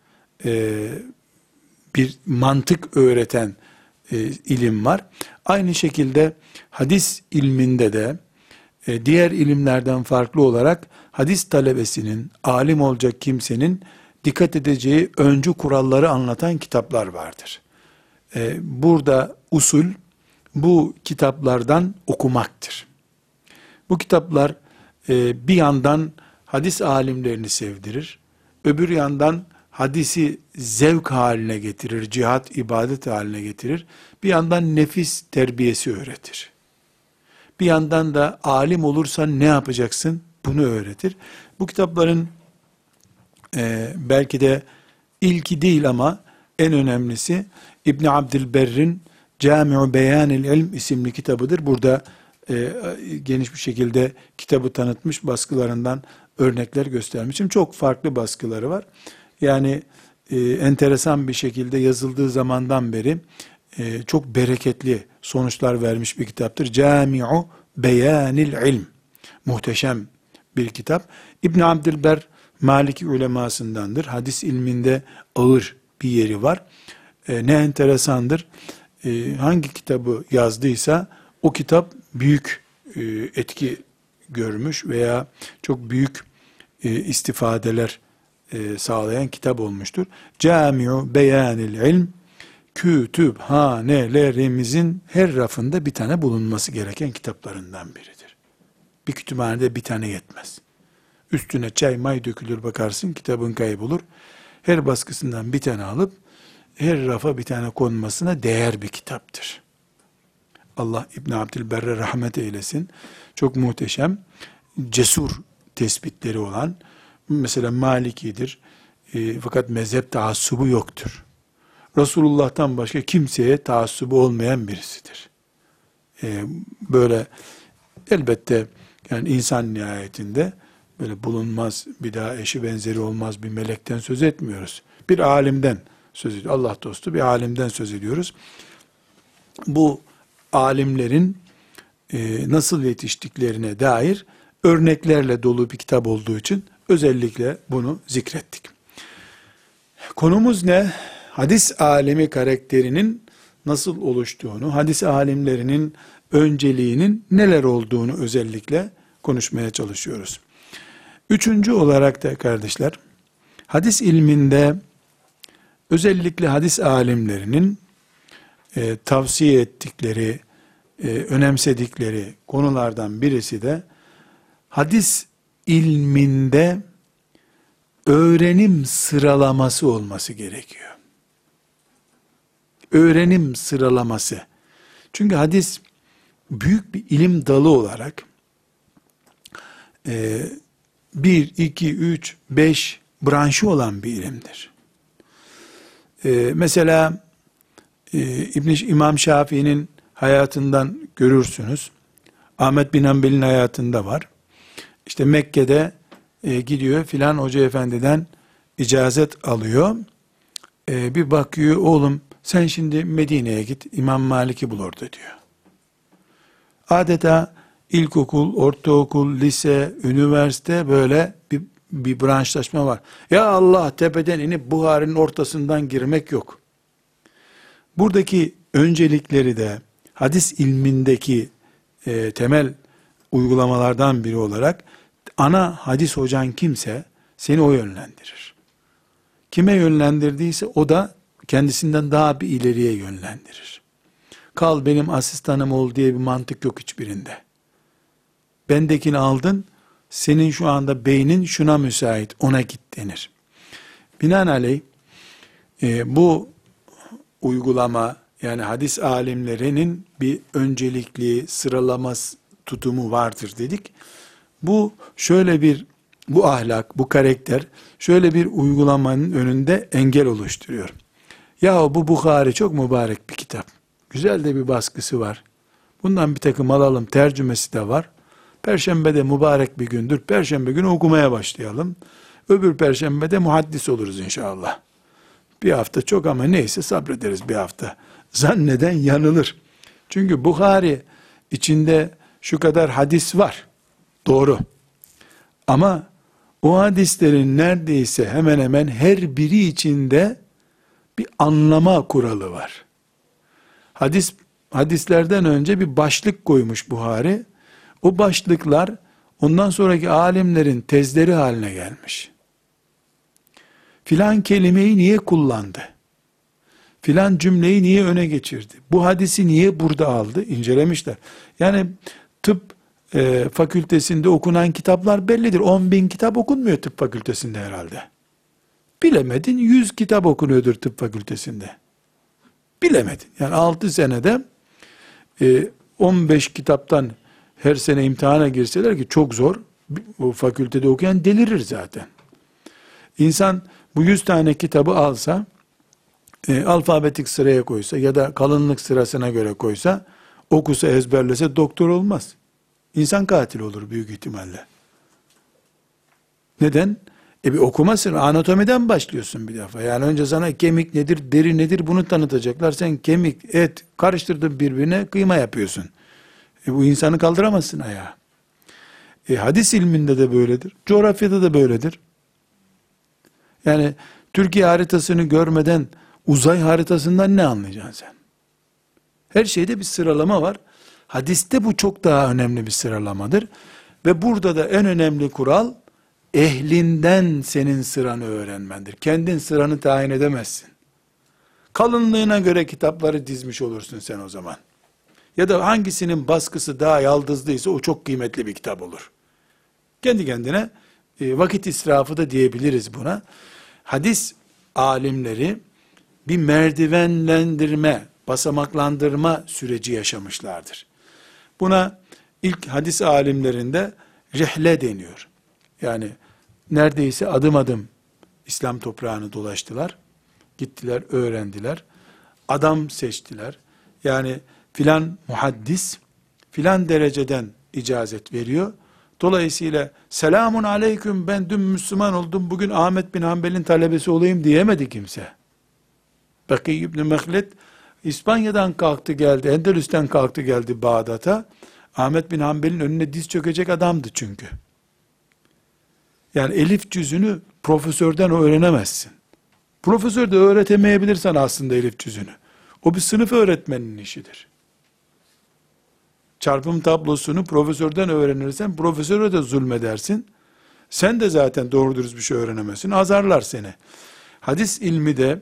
bir mantık öğreten ilim var. Aynı şekilde hadis ilminde de diğer ilimlerden farklı olarak hadis talebesinin, alim olacak kimsenin dikkat edeceği öncü kuralları anlatan kitaplar vardır. Burada usul bu kitaplardan okumaktır. Bu kitaplar bir yandan hadis alimlerini sevdirir, öbür yandan hadisi zevk haline getirir, cihat, ibadet haline getirir. Bir yandan nefis terbiyesi öğretir. Bir yandan da alim olursan ne yapacaksın? Bunu öğretir. Bu kitapların belki de ilki değil ama en önemlisi İbn Abdülberr'in Cami'u Beyanil İlm isimli kitabıdır. Burada geniş bir şekilde kitabı tanıtmış, baskılarından örnekler göstermişim. Çok farklı baskıları var. Yani enteresan bir şekilde yazıldığı zamandan beri çok bereketli sonuçlar vermiş bir kitaptır. Cami'u Beyanil İlm. Muhteşem bir kitap. İbn Abdülber Maliki ulemasındandır. Hadis ilminde ağır bir yeri var. Ne enteresandır. Hangi kitabı yazdıysa o kitap büyük etki görmüş veya çok büyük istifadeler sağlayan kitap olmuştur. Camiu Beyanil İlm, kütüphanelerimizin her rafında bir tane bulunması gereken kitaplarından biridir. Bir kütüphanede bir tane yetmez. Üstüne çay may dökülür, bakarsın kitabın kaybolur. Her baskısından bir tane alıp her rafa bir tane konmasına değer bir kitaptır. Allah İbn Abdülberre rahmet eylesin. Çok muhteşem, cesur tespitleri olan, mesela Malikidir. Fakat mezhep taassubu yoktur. Resulullah'tan başka kimseye taassubu olmayan birisidir. Böyle elbette yani insan nihayetinde böyle bulunmaz, bir daha eşi benzeri olmaz bir melekten söz etmiyoruz. Bir alimden söz ediyoruz. Allah dostu bir alimden söz ediyoruz. Bu alimlerin nasıl yetiştiklerine dair örneklerle dolu bir kitap olduğu için özellikle bunu zikrettik. Konumuz ne? Hadis alimi karakterinin nasıl oluştuğunu, hadis alimlerinin önceliğinin neler olduğunu özellikle konuşmaya çalışıyoruz. Üçüncü olarak da kardeşler, hadis ilminde özellikle hadis alimlerinin tavsiye ettikleri, önemsedikleri konulardan birisi de hadis ilminde öğrenim sıralaması olması gerekiyor. Öğrenim sıralaması. Çünkü hadis büyük bir ilim dalı olarak 1, 2, 3, 5 branşı olan bir ilimdir. Mesela İmam Şafii'nin hayatından görürsünüz. Ahmet bin Hanbel'in hayatında var. İşte Mekke'de gidiyor filan hoca efendiden icazet alıyor. Bir bakıyor, oğlum sen şimdi Medine'ye git, İmam Malik'i bul orada diyor. Adeta ilkokul, ortaokul, lise, üniversite böyle bir branşlaşma var. Ya Allah, tepeden inip Buhari'nin ortasından girmek yok. Buradaki öncelikleri de hadis ilmindeki temel uygulamalardan biri olarak ana hadis hocan kimse seni o yönlendirir. Kime yönlendirdiyse o da kendisinden daha bir ileriye yönlendirir. Kal benim asistanım ol diye bir mantık yok hiçbirinde. Bendekini aldın, senin şu anda beynin şuna müsait, ona git denir. Binaenaleyh bu uygulama, yani hadis alimlerinin bir öncelikli sıralama tutumu vardır dedik. Bu bu ahlak, bu karakter şöyle bir uygulamanın önünde engel oluşturuyor. Ya bu Bukhari çok mübarek bir kitap. Güzel de bir baskısı var. Bundan bir takım alalım, tercümesi de var. Perşembe de mübarek bir gündür. Perşembe günü okumaya başlayalım. Öbür perşembe de muhaddis oluruz inşallah. Bir hafta çok ama neyse sabrederiz bir hafta. Zanneden yanılır. Çünkü Bukhari içinde şu kadar hadis var. Doğru. Ama o hadislerin neredeyse hemen hemen her biri içinde bir anlama kuralı var. Hadislerden önce bir başlık koymuş Buhari. O başlıklar ondan sonraki alimlerin tezleri haline gelmiş. Filan kelimeyi niye kullandı? Filan cümleyi niye öne geçirdi? Bu hadisi niye burada aldı? İncelemişler. Yani tıp fakültesinde okunan kitaplar bellidir. 10.000 kitap okunmuyor tıp fakültesinde herhalde. Bilemedin 100 kitap okunuyordur tıp fakültesinde. Bilemedin. Yani 6 senede 15 kitaptan her sene imtihana girseler ki çok zor. O fakültede okuyan delirir zaten. İnsan bu 100 tane kitabı alsa, alfabetik sıraya koysa ya da kalınlık sırasına göre koysa, okusa ezberlese doktor olmaz. İnsan katili olur büyük ihtimalle. Neden? Bir okumasın, anatomiden başlıyorsun bir defa. Yani önce sana kemik nedir, deri nedir bunu tanıtacaklar. Sen kemik, et karıştırdın birbirine, kıyma yapıyorsun. Bu insanı kaldıramazsın ayağa. Hadis ilminde de böyledir. Coğrafyada da böyledir. Yani Türkiye haritasını görmeden uzay haritasından ne anlayacaksın sen? Her şeyde bir sıralama var. Hadiste bu çok daha önemli bir sıralamadır. Ve burada da en önemli kural, ehlinden senin sıranı öğrenmendir. Kendin sıranı tayin edemezsin. Kalınlığına göre kitapları dizmiş olursun sen o zaman. Ya da hangisinin baskısı daha yaldızlıysa o çok kıymetli bir kitap olur. Kendi kendine vakit israfı da diyebiliriz buna. Hadis alimleri bir merdivenlendirme, basamaklandırma süreci yaşamışlardır. Buna ilk hadis alimlerinde rihle deniyor. Yani neredeyse adım adım İslam toprağını dolaştılar. Gittiler, öğrendiler. Adam seçtiler. Yani filan muhaddis filan dereceden icazet veriyor. Dolayısıyla selamun aleyküm, ben dün Müslüman oldum, bugün Ahmet bin Hanbel'in talebesi olayım diyemedi kimse. Baki İbn-i Mehled İspanya'dan kalktı geldi, Endülüs'ten kalktı geldi Bağdat'a. Ahmet bin Hanbel'in önüne diz çökecek adamdı çünkü. Yani elif cüzünü profesörden öğrenemezsin. Profesör de öğretemeyebilirsen aslında elif cüzünü. O bir sınıf öğretmeninin işidir. Çarpım tablosunu profesörden öğrenirsen profesöre de zulmedersin. Sen de zaten doğru dürüst bir şey öğrenemezsin. Azarlar seni. Hadis ilmi de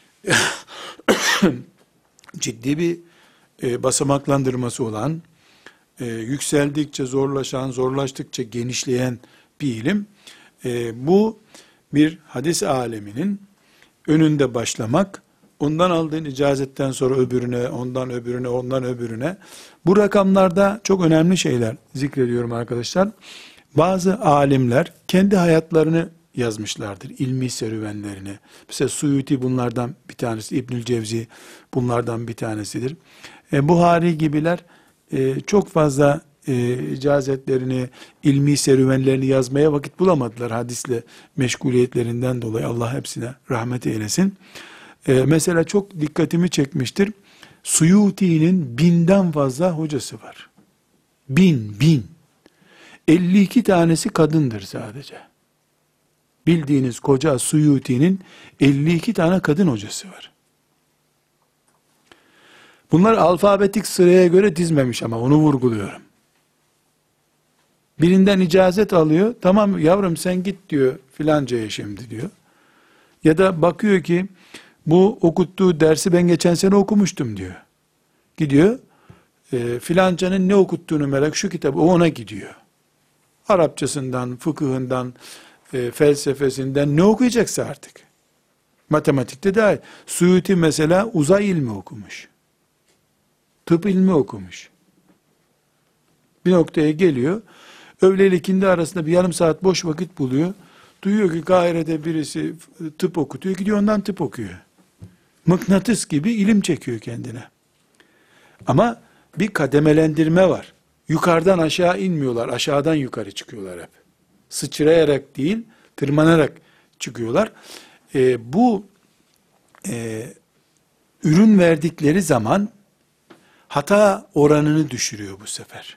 ciddi bir basamaklandırması olan, yükseldikçe zorlaşan, zorlaştıkça genişleyen bir ilim. Bu bir hadis aleminin önünde başlamak, ondan aldığın icazetten sonra öbürüne, ondan öbürüne, ondan öbürüne. Bu rakamlarda çok önemli şeyler zikrediyorum arkadaşlar. Bazı alimler kendi hayatlarını yazmışlardır, ilmi serüvenlerini. Mesela Suyuti bunlardan bir tanesi, İbnül Cevzi bunlardan bir tanesidir. Buhari gibiler çok fazla icazetlerini, ilmi serüvenlerini yazmaya vakit bulamadılar hadisle meşguliyetlerinden dolayı. Allah hepsine rahmet eylesin. Mesela çok dikkatimi çekmiştir. Suyuti'nin 1000'den fazla hocası var. 1000. 52 tanesi kadındır sadece. Bildiğiniz koca Suyuti'nin 52 tane kadın hocası var. Bunlar alfabetik sıraya göre dizmemiş ama onu vurguluyorum. Birinden icazet alıyor. Tamam yavrum sen git diyor filancaya şimdi diyor. Ya da bakıyor ki bu okuttuğu dersi ben geçen sene okumuştum diyor. Gidiyor filancanın ne okuttuğunu merak, şu kitabı, o ona gidiyor. Arapçasından, fıkıhından, felsefesinden ne okuyacaksa artık. Matematikte dahil. Suyuti mesela uzay ilmi okumuş. Tıp ilmi okumuş. Bir noktaya geliyor. Öğle ile ikindi arasında bir yarım saat boş vakit buluyor. Duyuyor ki Kahire'de birisi tıp okutuyor. Gidiyor ondan tıp okuyor. Mıknatıs gibi ilim çekiyor kendine. Ama bir kademelendirme var. Yukarıdan aşağı inmiyorlar. Aşağıdan yukarı çıkıyorlar hep. Sıçrayarak değil, tırmanarak çıkıyorlar. Bu ürün verdikleri zaman hata oranını düşürüyor bu sefer.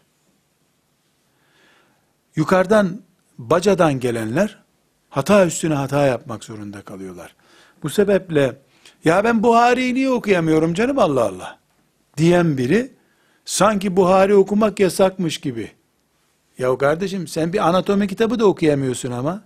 Yukarıdan, bacadan gelenler hata üstüne hata yapmak zorunda kalıyorlar. Bu sebeple ya ben Buhari'yi niye okuyamıyorum canım Allah Allah diyen biri sanki Buhari okumak yasakmış gibi. Ya kardeşim sen bir anatomi kitabı da okuyamıyorsun ama.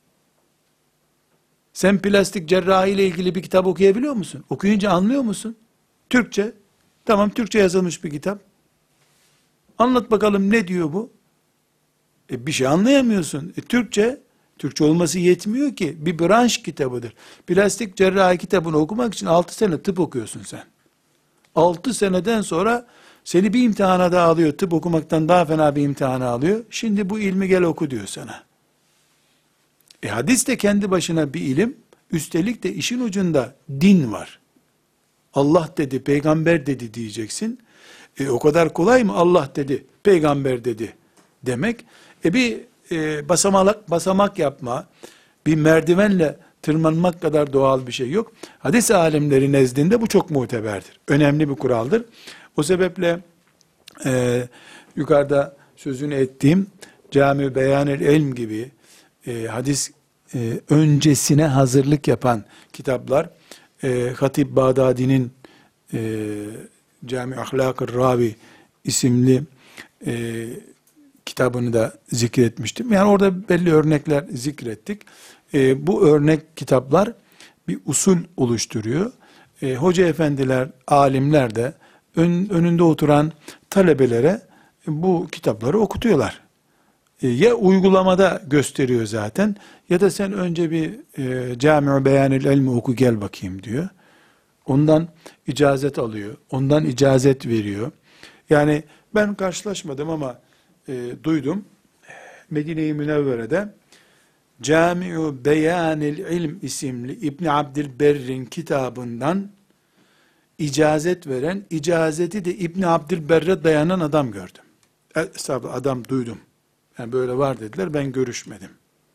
Sen plastik cerrahi ile ilgili bir kitap okuyabiliyor musun? Okuyunca anlıyor musun? Türkçe. Tamam Türkçe yazılmış bir kitap. Anlat bakalım ne diyor bu? Bir şey anlayamıyorsun. Türkçe olması yetmiyor ki. Bir branş kitabıdır. Plastik cerrahi kitabını okumak için 6 sene tıp okuyorsun sen. 6 seneden sonra seni bir imtihana daha alıyor. Tıp okumaktan daha fena bir imtihana alıyor. Şimdi bu ilmi gel oku diyor sana. Hadis de kendi başına bir ilim. Üstelik de işin ucunda din var. Allah dedi, peygamber dedi diyeceksin. O kadar kolay mı Allah dedi, peygamber dedi demek? Bir basamak yapma, bir merdivenle tırmanmak kadar doğal bir şey yok. Hadis alimleri nezdinde bu çok muteberdir. Önemli bir kuraldır. O sebeple yukarıda sözünü ettiğim Cami-i Beyan-ül İlm gibi hadis öncesine hazırlık yapan kitaplar, Hatip Bağdadi'nin Cami Ahlak-ı Ravi isimli kitabını da zikretmiştim. Yani orada belli örnekler zikrettik. Bu örnek kitaplar bir usul oluşturuyor. Hoca efendiler, alimler de önünde oturan talebelere bu kitapları okutuyorlar. Ya uygulamada gösteriyor zaten, ya da sen önce bir Cami-ü Beyanil Ilmi oku gel bakayım diyor. Ondan icazet alıyor, ondan icazet veriyor. Yani ben karşılaşmadım ama duydum. Medine-i Münevvere'de Cami-ü Beyanil İlm isimli İbn Abdülberr'in kitabından icazet veren, icazeti de İbn Abdülberr'e dayanan adam gördüm. Estağfurullah, adam duydum. Yani böyle var dediler, ben görüşmedim.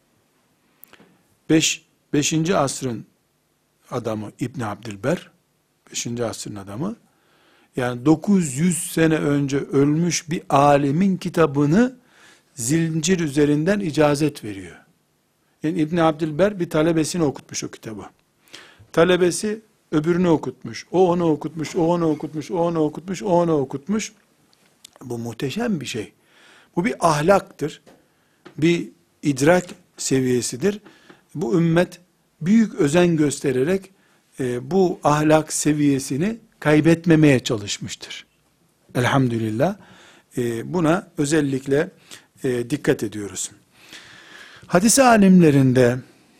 5. asrın adamı İbn Abdülber, 5. asrın adamı, yani 900 sene önce ölmüş bir alimin kitabını zincir üzerinden icazet veriyor. Yani İbn Abdülber bir talebesini okutmuş o kitabı. Talebesi öbürünü okutmuş. O onu okutmuş, o onu okutmuş, o onu okutmuş, o onu okutmuş. Bu muhteşem bir şey. Bu bir ahlaktır. Bir idrak seviyesidir. Bu ümmet büyük özen göstererek bu ahlak seviyesini kaybetmemeye çalışmıştır. Elhamdülillah. Buna özellikle dikkat ediyoruz. Hadis alimlerinde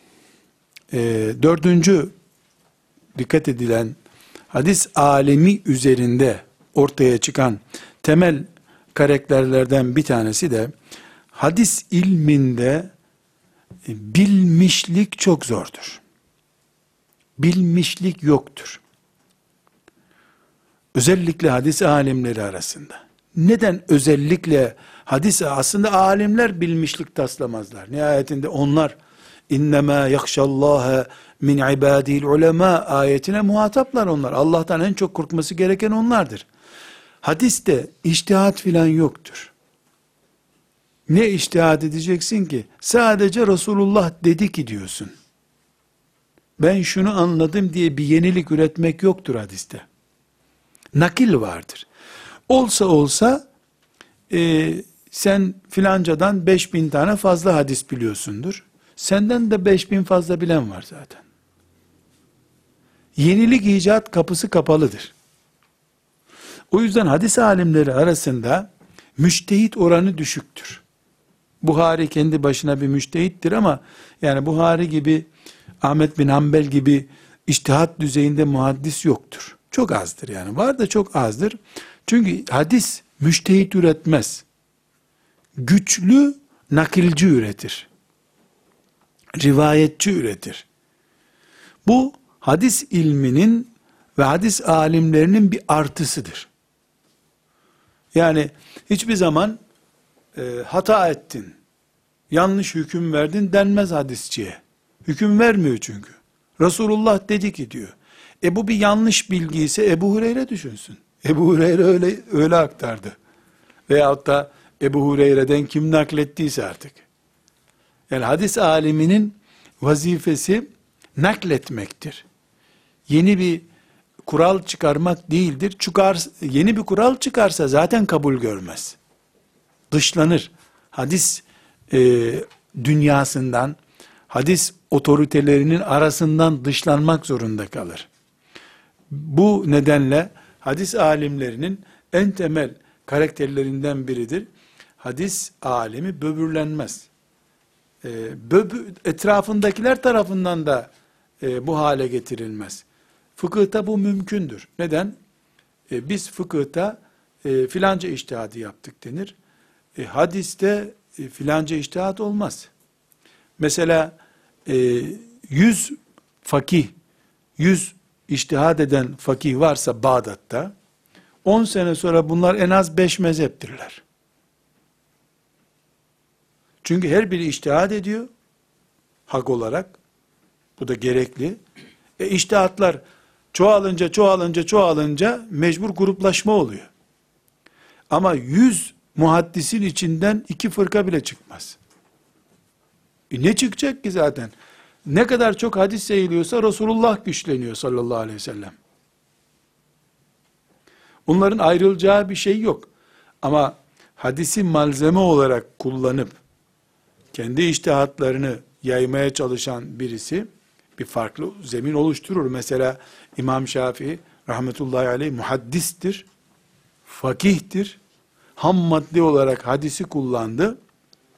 dördüncü dikkat edilen hadis alimi üzerinde ortaya çıkan temel karakterlerden bir tanesi de hadis ilminde bilmişlik çok zordur. Bilmişlik yoktur. Özellikle hadis alimleri arasında. Neden özellikle hadis, aslında alimler bilmişlik taslamazlar. Nihayetinde onlar İnnemâ yakşallâhe min ibâdihil ulemâ ayetine muhataplar onlar. Allah'tan en çok korkması gereken onlardır. Hadiste içtihat filan yoktur. Ne içtihat edeceksin ki? Sadece Resulullah dedi ki diyorsun. Ben şunu anladım diye bir yenilik üretmek yoktur hadiste. Nakil vardır. Olsa olsa sen filancadan 5000 tane fazla hadis biliyorsundur. Senden de 5000 fazla bilen var zaten. Yenilik icat kapısı kapalıdır. O yüzden hadis alimleri arasında müştehit oranı düşüktür. Buhari kendi başına bir müştehittir ama yani Buhari gibi, Ahmet bin Hanbel gibi içtihat düzeyinde muhaddis yoktur. Çok azdır yani. Var da çok azdır. Çünkü hadis müştehit üretmez. Güçlü nakilci üretir. Rivayetçi üretir. Bu hadis ilminin ve hadis alimlerinin bir artısıdır. Yani hiçbir zaman hata ettin, yanlış hüküm verdin denmez hadisçiye. Hüküm vermiyor çünkü. Resulullah dedi ki diyor. Bu bir yanlış bilgi ise Ebu Hureyre düşünsün. Ebu Hureyre öyle aktardı. Veyahut da Ebu Hureyre'den kim naklettiyse artık. Yani hadis aliminin vazifesi nakletmektir. Yeni bir kural çıkarmak değildir. Yeni bir kural çıkarsa zaten kabul görmez. Dışlanır. Hadis dünyasından, hadis otoritelerinin arasından dışlanmak zorunda kalır. Bu nedenle hadis alimlerinin en temel karakterlerinden biridir. Hadis alimi böbürlenmez. Etrafındakiler tarafından da bu hale getirilmez. Fıkıhta bu mümkündür. Neden? Biz fıkıhta filanca içtihadı yaptık denir. Hadiste filanca içtihat olmaz. Mesela 100 fakih, 100 içtihad eden fakih varsa Bağdat'ta, 10 sene sonra bunlar en az 5 mezheptirler. Çünkü her biri içtihad ediyor, hak olarak. Bu da gerekli. İçtihatlar çoğalınca mecbur gruplaşma oluyor. Ama 100 muhaddisin içinden 2 fırka bile çıkmaz. Ne çıkacak ki zaten? Ne kadar çok hadis yayılıyorsa Resulullah güçleniyor sallallahu aleyhi ve sellem. Onların ayrılacağı bir şey yok. Ama hadisi malzeme olarak kullanıp kendi içtihatlarını yaymaya çalışan birisi bir farklı zemin oluşturur. Mesela İmam Şafii rahmetullahi aleyh muhaddistir, fakihtir, ham madde olarak hadisi kullandı.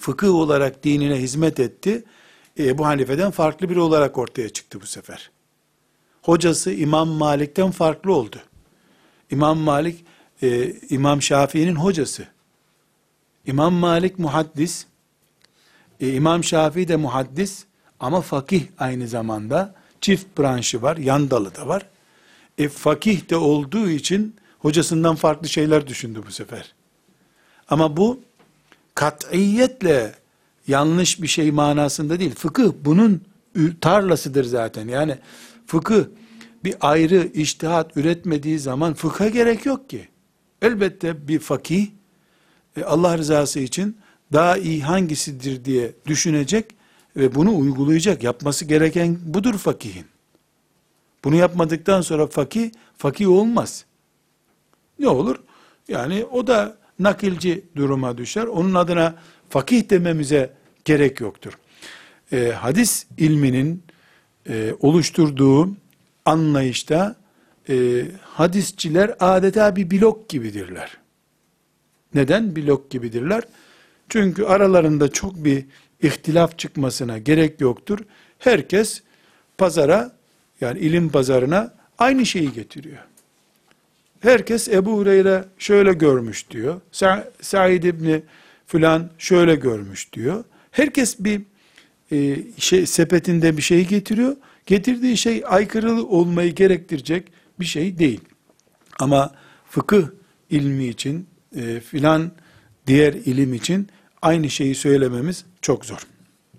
fıkıh olarak dinine hizmet etti. Ebu Hanife'den farklı biri olarak ortaya çıktı bu sefer. Hocası İmam Malik'ten farklı oldu. İmam Malik, İmam Şafii'nin hocası. İmam Malik muhaddis, İmam Şafii de muhaddis ama fakih aynı zamanda. Çift branşı var, yan dalı da var. Fakih de olduğu için hocasından farklı şeyler düşündü bu sefer. Ama bu kat'iyetle yanlış bir şey manasında değil. Fıkıh bunun tarlasıdır zaten. Yani fıkıh bir ayrı içtihat üretmediği zaman fıkha gerek yok ki. Elbette bir fakih Allah rızası için daha iyi hangisidir diye düşünecek ve bunu uygulayacak. Yapması gereken budur fakihin. Bunu yapmadıktan sonra fakih olmaz. Ne olur? Yani o da nakilci duruma düşer. Onun adına fakih dememize gerek yoktur. Hadis ilminin oluşturduğu anlayışta hadisçiler adeta bir blok gibidirler. Neden blok gibidirler? Çünkü aralarında çok bir ihtilaf çıkmasına gerek yoktur. Herkes pazara, yani ilim pazarına aynı şeyi getiriyor. Herkes Ebu Hureyre şöyle görmüş diyor. Said İbni filan şöyle görmüş diyor. Herkes bir sepetinde bir şey getiriyor. Getirdiği şey aykırı olmayı gerektirecek bir şey değil. Ama fıkıh ilmi için filan diğer ilim için aynı şeyi söylememiz çok zor.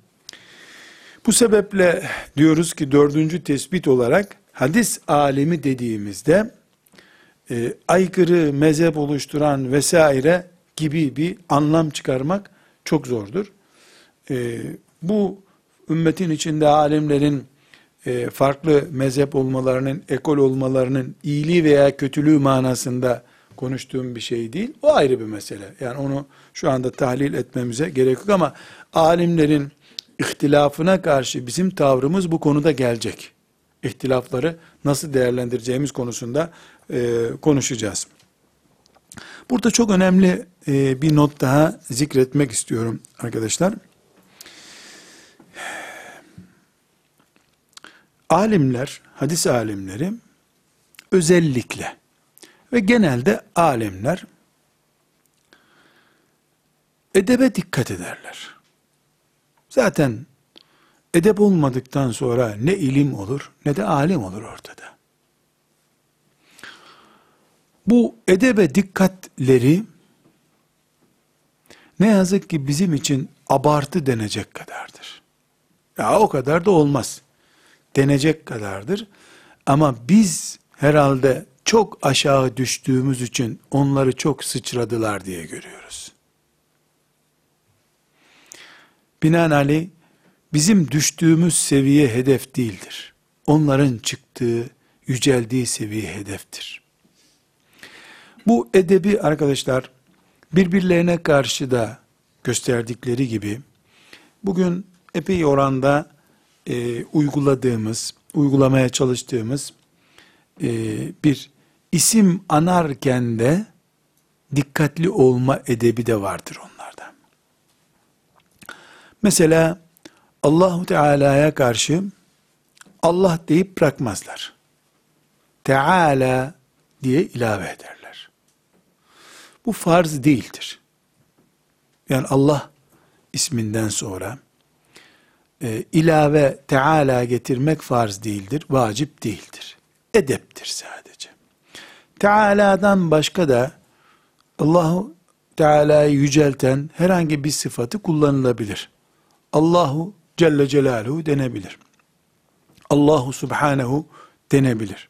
Bu sebeple diyoruz ki dördüncü tespit olarak hadis alimi dediğimizde aykırı mezhep oluşturan vesaire gibi bir anlam çıkarmak çok zordur. Bu ümmetin içinde alimlerin farklı mezhep olmalarının, ekol olmalarının iyiliği veya kötülüğü manasında konuştuğum bir şey değil. O ayrı bir mesele. Yani onu şu anda tahlil etmemize gerek yok ama alimlerin ihtilafına karşı bizim tavrımız bu konuda gelecek. İhtilafları nasıl değerlendireceğimiz konusunda konuşacağız. Burada çok önemli bir not daha zikretmek istiyorum arkadaşlar. Alimler, hadis alimleri özellikle ve genelde alimler edebe dikkat ederler. Zaten edep olmadıktan sonra ne ilim olur ne de alim olur ortada. Bu edebe dikkatleri ne yazık ki bizim için abartı denecek kadardır. Ya o kadar da olmaz denecek kadardır. Ama biz herhalde çok aşağı düştüğümüz için onları çok sıçradılar diye görüyoruz. Binaenaleyh bizim düştüğümüz seviye hedef değildir. Onların çıktığı, yüceldiği seviye hedeftir. Bu edebi arkadaşlar birbirlerine karşı da gösterdikleri gibi bugün epey oranda uygulamaya çalıştığımız bir isim anarken de dikkatli olma edebi de vardır onlarda. Mesela Allahu Teala'ya karşı Allah deyip bırakmazlar. Teala diye ilave ederler. Bu farz değildir. Yani Allah isminden sonra ilave Teala getirmek farz değildir, vacip değildir. Edeptir sadece. Teala'dan başka da Allahu Teala'yı yücelten herhangi bir sıfatı kullanılabilir. Allahu Celle Celaluhu denebilir. Allahu Subhanehu denebilir.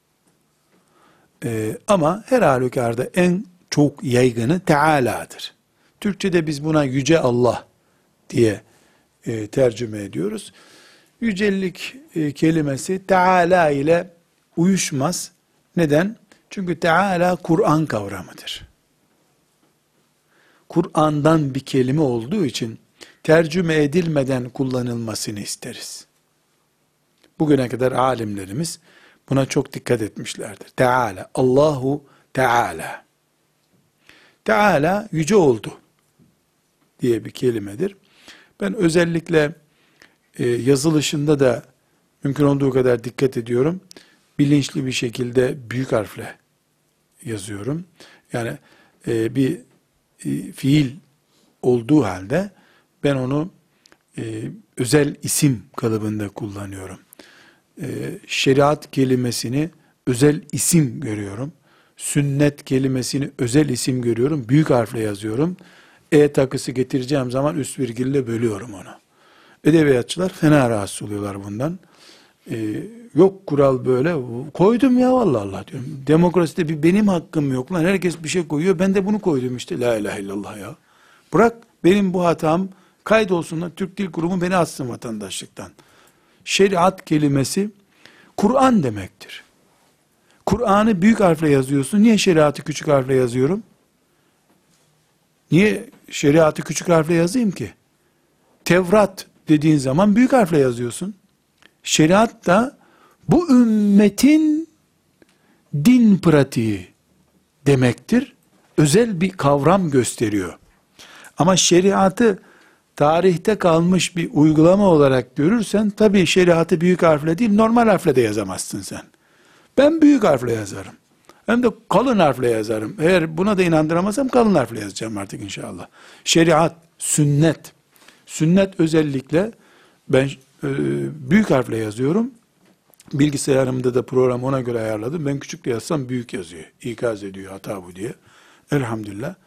Ama her halükarda en çok yaygını Teala'dır. Türkçe'de biz buna Yüce Allah diye tercüme ediyoruz. Yücelik kelimesi Teala ile uyuşmaz. Neden? Çünkü Teala Kur'an kavramıdır. Kur'an'dan bir kelime olduğu için tercüme edilmeden kullanılmasını isteriz. Bugüne kadar alimlerimiz buna çok dikkat etmişlerdir. Teala, Allahu Teala. Teala yüce oldu diye bir kelimedir. Ben özellikle yazılışında da mümkün olduğu kadar dikkat ediyorum. Bilinçli bir şekilde büyük harfle yazıyorum. Yani bir fiil olduğu halde ben onu özel isim kalıbında kullanıyorum. Şeriat kelimesini özel isim görüyorum. Sünnet kelimesini özel isim görüyorum. Büyük harfle yazıyorum. Takısı getireceğim zaman üst virgülle bölüyorum onu. Edebiyatçılar fena rahatsız oluyorlar bundan. Yok kural böyle. Koydum ya vallahi Allah diyorum. Demokraside bir benim hakkım yok lan. Herkes bir şey koyuyor. Ben de bunu koydum işte. La ilahe illallah ya. Bırak benim bu hatam kaydolsun lan. Türk Dil Kurumu beni atsın vatandaşlıktan. Şeriat kelimesi Kur'an demektir. Kur'an'ı büyük harfle yazıyorsun. Niye şeriatı küçük harfle yazıyorum? Niye şeriatı küçük harfle yazayım ki? Tevrat dediğin zaman büyük harfle yazıyorsun. Şeriat da bu ümmetin din pratiği demektir. Özel bir kavram gösteriyor. Ama şeriatı tarihte kalmış bir uygulama olarak görürsen, tabii şeriatı büyük harfle değil, normal harfle de yazamazsın sen. Ben büyük harfle yazarım. Hem de kalın harfle yazarım. Eğer buna da inandıramazsam kalın harfle yazacağım artık inşallah. Şeriat, sünnet. Sünnet özellikle ben büyük harfle yazıyorum. Bilgisayarımda da program ona göre ayarladım. Ben küçük de yazsam büyük yazıyor. İkaz ediyor hata bu diye. Elhamdülillah.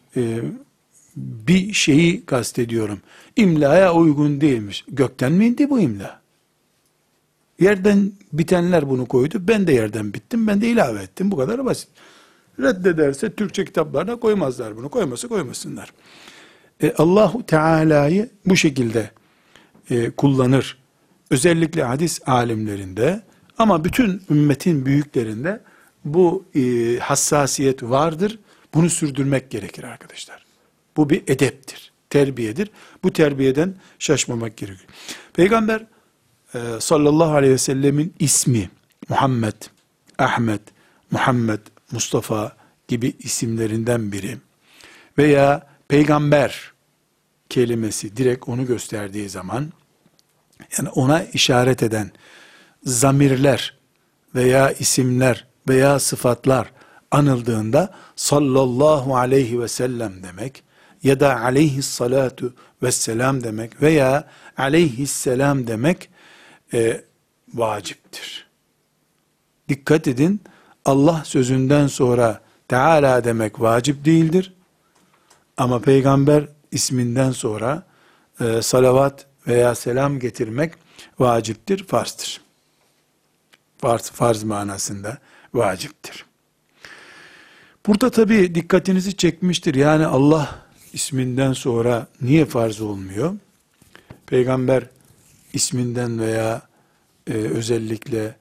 Bir şeyi kastediyorum. İmlaya uygun değilmiş. Gökten mi indi bu imla? Yerden bitenler bunu koydu. Ben de yerden bittim. Ben de ilave ettim. Bu kadar basit. Reddederse Türkçe kitaplarına koymazlar bunu. Koymasa koymasınlar. Allahu Teala'yı bu şekilde kullanır. Özellikle hadis alimlerinde ama bütün ümmetin büyüklerinde bu hassasiyet vardır. Bunu sürdürmek gerekir arkadaşlar. Bu bir edeptir, terbiyedir. Bu terbiyeden şaşmamak gerekir. Peygamber sallallahu aleyhi ve sellemin ismi Muhammed, Ahmet, Muhammed, Mustafa gibi isimlerinden biri veya peygamber kelimesi direkt onu gösterdiği zaman, yani ona işaret eden zamirler veya isimler veya sıfatlar anıldığında sallallahu aleyhi ve sellem demek ya da aleyhissalatu vesselam demek veya aleyhisselam demek vaciptir. Dikkat edin, Allah sözünden sonra Teala demek vacip değildir. Ama peygamber isminden sonra salavat veya selam getirmek vaciptir, farzdır. Farz manasında vaciptir. Burada tabi dikkatinizi çekmiştir. Yani Allah isminden sonra niye farz olmuyor? Peygamber isminden veya özellikle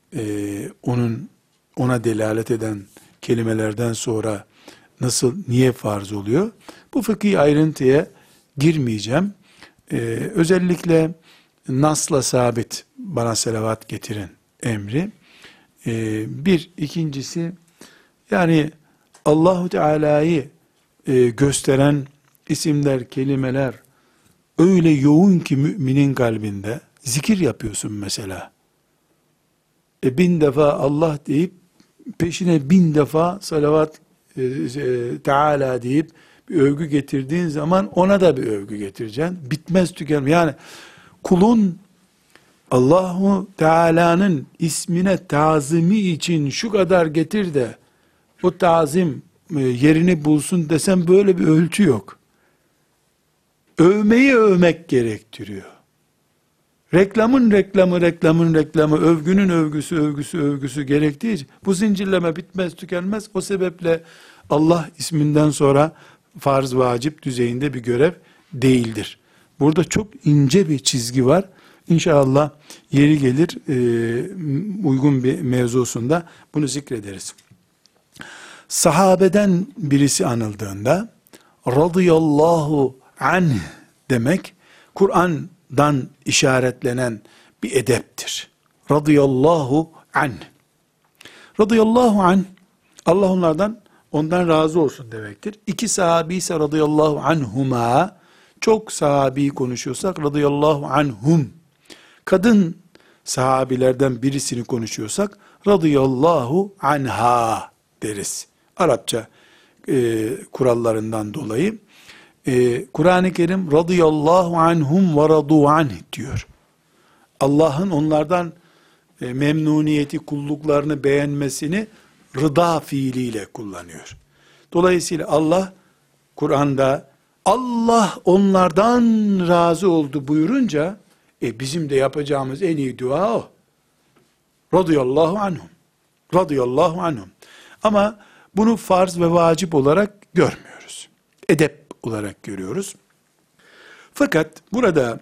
ona delalet eden kelimelerden sonra niye farz oluyor? Bu fıkhi ayrıntıya girmeyeceğim. Özellikle nasla sabit bana selavat getirin emri. İkincisi yani Allahu Teala'yı gösteren isimler, kelimeler öyle yoğun ki müminin kalbinde. Zikir yapıyorsun mesela. 1000 defa Allah deyip peşine 1000 defa salavat Teala deyip bir övgü getirdiğin zaman ona da bir övgü getireceksin. Bitmez tükenmez. Yani kulun Allahu Teala'nın ismine tazimi için şu kadar getir de o tazim yerini bulsun desem böyle bir ölçü yok. Övmeyi övmek gerektiriyor. Reklamın reklamı, övgünün övgüsü gerektiği için bu zincirleme bitmez tükenmez. O sebeple Allah isminden sonra farz vacip düzeyinde bir görev değildir. Burada çok ince bir çizgi var. İnşallah yeri gelir uygun bir mevzusunda bunu zikrederiz. Sahabeden birisi anıldığında radıyallahu anh demek Kur'an'dan işaretlenen bir edeptir. Radıyallahu anh. Radıyallahu anh Allah ondan razı olsun demektir. İki sahabi ise radıyallahu anhuma çok sahabi konuşuyorsak radıyallahu anhum. Kadın sahabilerden birisini konuşuyorsak radıyallahu anha deriz. Arapça kurallarından dolayı. Kur'an-ı Kerim radıyallahu anhum ve radu anh diyor. Allah'ın onlardan memnuniyeti, kulluklarını beğenmesini rıda fiiliyle kullanıyor. Dolayısıyla Allah Kur'an'da Allah onlardan razı oldu buyurunca bizim de yapacağımız en iyi dua o. Radıyallahu anhum. Radıyallahu anhum. Ama bunu farz ve vacip olarak görmüyoruz. Edep olarak görüyoruz. Fakat burada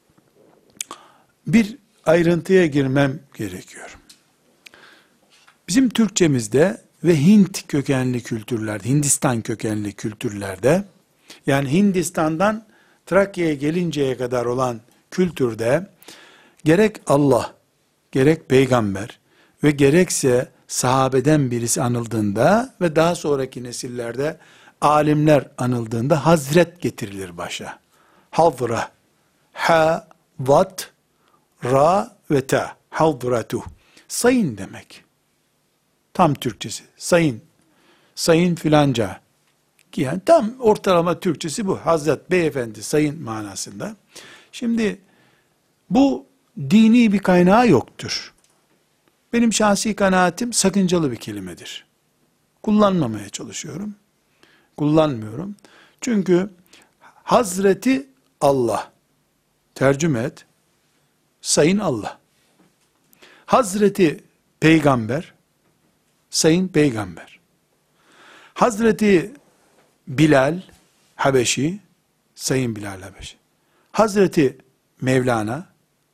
bir ayrıntıya girmem gerekiyor. Bizim Türkçemizde ve Hint kökenli kültürlerde, Hindistan kökenli kültürlerde, yani Hindistan'dan Trakya'ya gelinceye kadar olan kültürde, gerek Allah, gerek peygamber ve gerekse sahabeden birisi anıldığında ve daha sonraki nesillerde alimler anıldığında hazret getirilir başa. Hazra, ha, vat, ra ve ta, hazratuh. Sayın demek. Tam Türkçesi. Sayın. Sayın filanca. Yani tam ortalama Türkçesi bu. Hazret, beyefendi, sayın manasında. Şimdi bu dini bir kaynağı yoktur. Benim şahsi kanaatim sakıncalı bir kelimedir. Kullanmamaya çalışıyorum. Kullanmıyorum. Çünkü Hazreti Allah. Tercüme et. Sayın Allah. Hazreti Peygamber. Sayın Peygamber. Hazreti Bilal Habeşi. Sayın Bilal Habeşi. Hazreti Mevlana.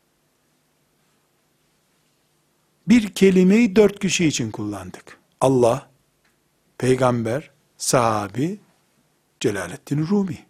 Bir kelimeyi 4 kişi için kullandık. Allah, Peygamber, sahabi, Celaleddin Rumi.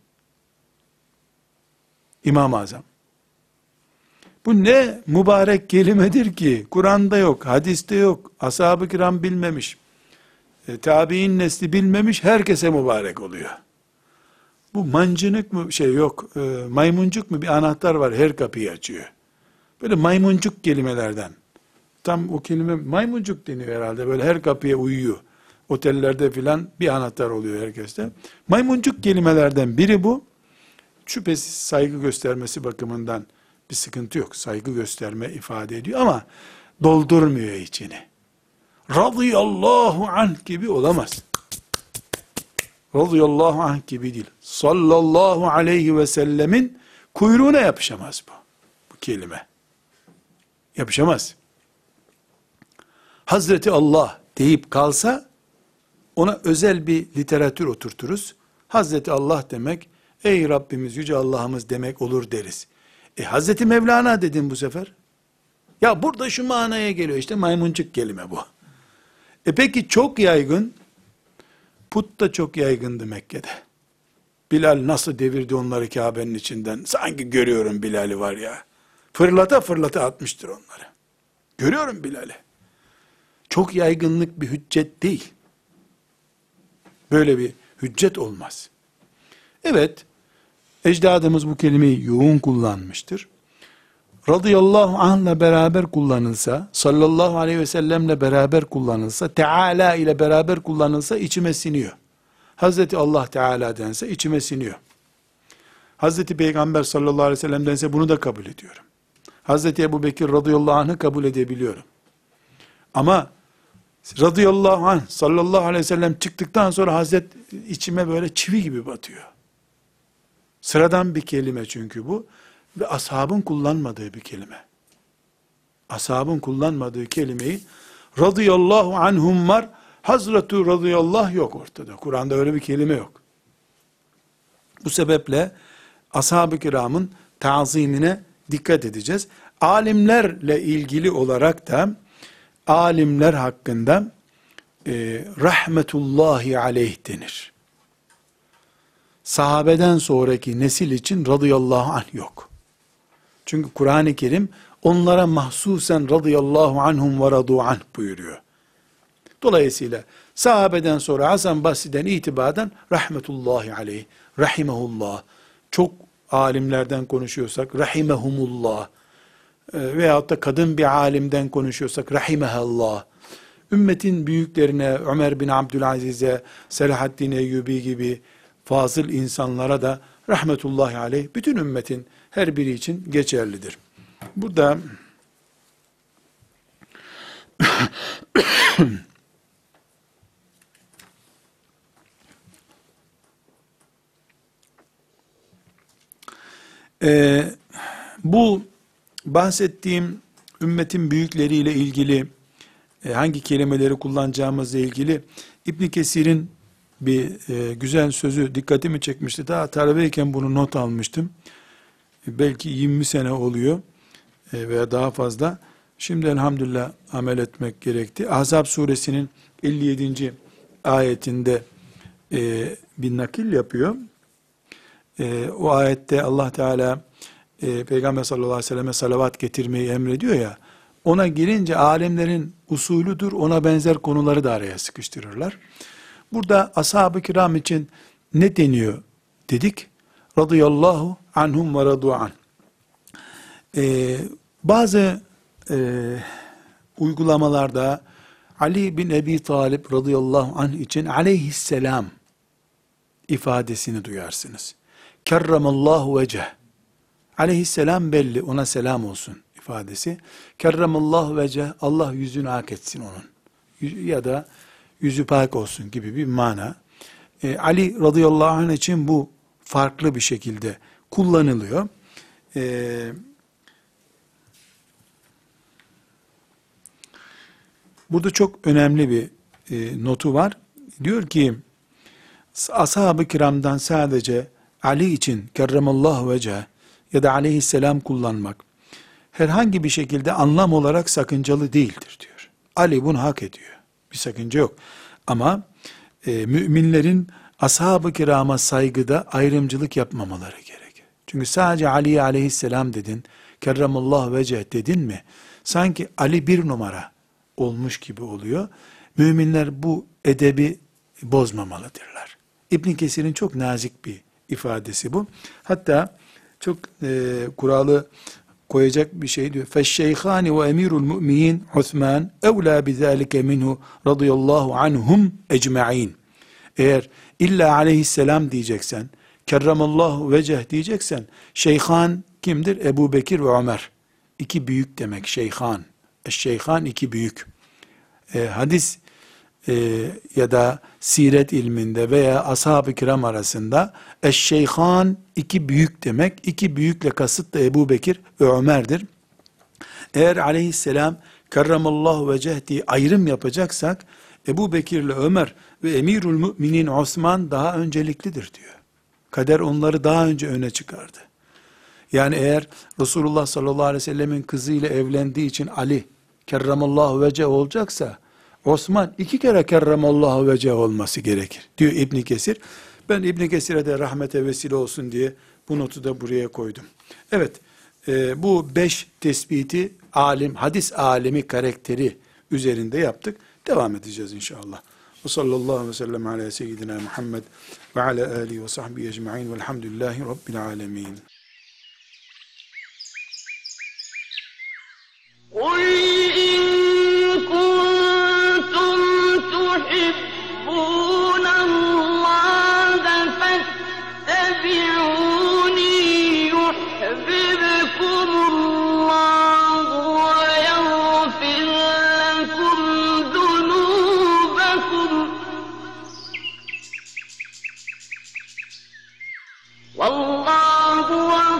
İmam-ı Azam. Bu ne mübarek kelimedir ki, Kur'an'da yok, hadiste yok, ashab-ı kiram bilmemiş, tabi'in nesli bilmemiş, herkese mübarek oluyor. Bu mancınık mı yok, maymuncuk mu bir anahtar var, her kapıyı açıyor. Böyle maymuncuk kelimelerden, tam o kelime maymuncuk deniyor herhalde, böyle her kapıya uyuyor. Otellerde filan bir anahtar oluyor herkeste. Maymuncuk kelimelerden biri bu. Şüphesiz saygı göstermesi bakımından bir sıkıntı yok. Saygı gösterme ifade ediyor ama doldurmuyor içini. Radıyallahu anh gibi olamaz. Radıyallahu anh gibi değil. Sallallahu aleyhi ve sellemin kuyruğuna yapışamaz bu. Bu kelime. Yapışamaz. Hazreti Allah deyip kalsa ona özel bir literatür oturturuz. Hazreti Allah demek, ey Rabbimiz, yüce Allah'ımız demek olur deriz. Hazreti Mevlana dedin bu sefer. Ya burada şu manaya geliyor, işte maymuncuk kelime bu. Peki çok yaygın, put da çok yaygındı Mekke'de. Bilal nasıl devirdi onları Kabe'nin içinden. Sanki görüyorum Bilal'i var ya. Fırlata fırlata atmıştır onları. Görüyorum Bilal'i. Çok yaygınlık bir hüccet değil. Böyle bir hüccet olmaz. Evet, ecdadımız bu kelimeyi yoğun kullanmıştır. Radıyallahu anh'la beraber kullanılsa, sallallahu aleyhi ve sellemle beraber kullanılsa, Teala ile beraber kullanılsa içime siniyor. Hazreti Allah Teala dense içime siniyor. Hazreti Peygamber sallallahu aleyhi ve sellem dense bunu da kabul ediyorum. Hazreti Ebu Bekir radıyallahu anh'ı kabul edebiliyorum. Ama radıyallahu anh sallallahu aleyhi ve sellem çıktıktan sonra Hazret içime böyle çivi gibi batıyor. Sıradan bir kelime çünkü bu. Ve ashabın kullanmadığı bir kelime. Ashabın kullanmadığı kelimeyi radıyallahu anhum var. Hazretu radıyallahu yok ortada. Kur'an'da öyle bir kelime yok. Bu sebeple ashab-ı kiramın tazimine dikkat edeceğiz. Alimlerle ilgili olarak da alimler hakkında rahmetullahi aleyh denir. Sahabeden sonraki nesil için radıyallahu anh yok. Çünkü Kur'an-ı Kerim onlara mahsusen radıyallahu anhum ve radu anh buyuruyor. Dolayısıyla sahabeden sonra Hasan Basri'den itibaren rahmetullahi aleyh, rahimehullah, çok alimlerden konuşuyorsak rahimehumullah, veyahut da kadın bir alimden konuşuyorsak rahimehallah. Ümmetin büyüklerine, Ömer bin Abdülaziz'e, Selahaddin Eyyubi gibi fazıl insanlara da rahmetullahi aleyh, bütün ümmetin her biri için geçerlidir. Burada bu bahsettiğim ümmetin büyükleriyle ilgili hangi kelimeleri kullanacağımızla ilgili İbn Kesir'in bir güzel sözü dikkatimi çekmişti. Daha talebeyken bunu not almıştım. Belki 20 sene oluyor veya daha fazla. Şimdi elhamdülillah amel etmek gerekti. Ahzab suresinin 57. ayetinde bir nakil yapıyor. O ayette Allah Teala Peygamber sallallahu aleyhi ve selleme salavat getirmeyi emrediyor ya, ona girince alimlerin usulüdür, ona benzer konuları da araya sıkıştırırlar. Burada ashab-ı kiram için ne deniyor dedik? Radıyallahu anhum ve radu an. Bazı uygulamalarda Ali bin Ebi Talib radıyallahu anh için aleyhisselam ifadesini duyarsınız. Kerramallahu veceh. Aleyhisselam belli, ona selam olsun ifadesi. Kerramallahu veceh, Allah yüzünü hak etsin onun. Ya da yüzü pak olsun gibi bir mana. Ali radıyallahu anh için bu farklı bir şekilde kullanılıyor. Burada çok önemli bir notu var. Diyor ki, ashab-ı kiramdan sadece Ali için kerremallahu veceh ya da aleyhisselam kullanmak herhangi bir şekilde anlam olarak sakıncalı değildir diyor. Ali bunu hak ediyor. Bir sakınca yok. Ama müminlerin ashab-ı kirama saygıda ayrımcılık yapmamaları gerekir. Çünkü sadece Ali aleyhisselam dedin, kerremallahu veceh dedin mi, sanki Ali bir numara olmuş gibi oluyor. Müminler bu edebi bozmamalıdırlar. İbn Kesir'in çok nazik bir ifadesi bu. Hatta çok kuralı koyacak bir şey diyor. Feşşeyhani ve emirul mü'minin Osman evlâ bizâlike minhu radıyallahu anhum ecma'in. Eğer illa aleyhisselam diyeceksen, kerramallahu veceh diyeceksen, şeyhan kimdir? Ebu Bekir ve Ömer. İki büyük demek şeyhan. Şeyhan iki büyük. Hadis ya da siret ilminde veya ashab-ı kiram arasında eşşeyhan iki büyük demek. İki büyükle kasıt da Ebu Bekir ve Ömer'dir. Eğer aleyhisselam kerramallahu veceh diye ayrım yapacaksak Ebu Bekir ile Ömer ve emirul müminin Osman daha önceliklidir diyor. Kader onları daha önce öne çıkardı. Yani eğer Resulullah sallallahu aleyhi ve sellemin kızıyla evlendiği için Ali kerramallahu veceh olacaksa Osman iki kere kerramallahu veceh olması gerekir diyor İbn Kesir. Ben İbn Kesir'e de rahmete vesile olsun diye bu notu da buraya koydum. Evet, bu 5 tespiti alim, hadis alimi karakteri üzerinde yaptık. Devam edeceğiz inşallah. Ve sallallahu aleyhi ve sellem ala seyyidina Muhammed ve ala alihi ve sahbihi ecma'in velhamdülillahi rabbil alemin. قُلْ إِن كُنتُمْ تُحِبُّونَ اللَّهَ فَاتَّبِعُونِي يُحْبِبْكُمُ اللَّهُ وَيَغْفِرْ لَكُمْ ذُنُوبَكُمْ وَاللَّهُ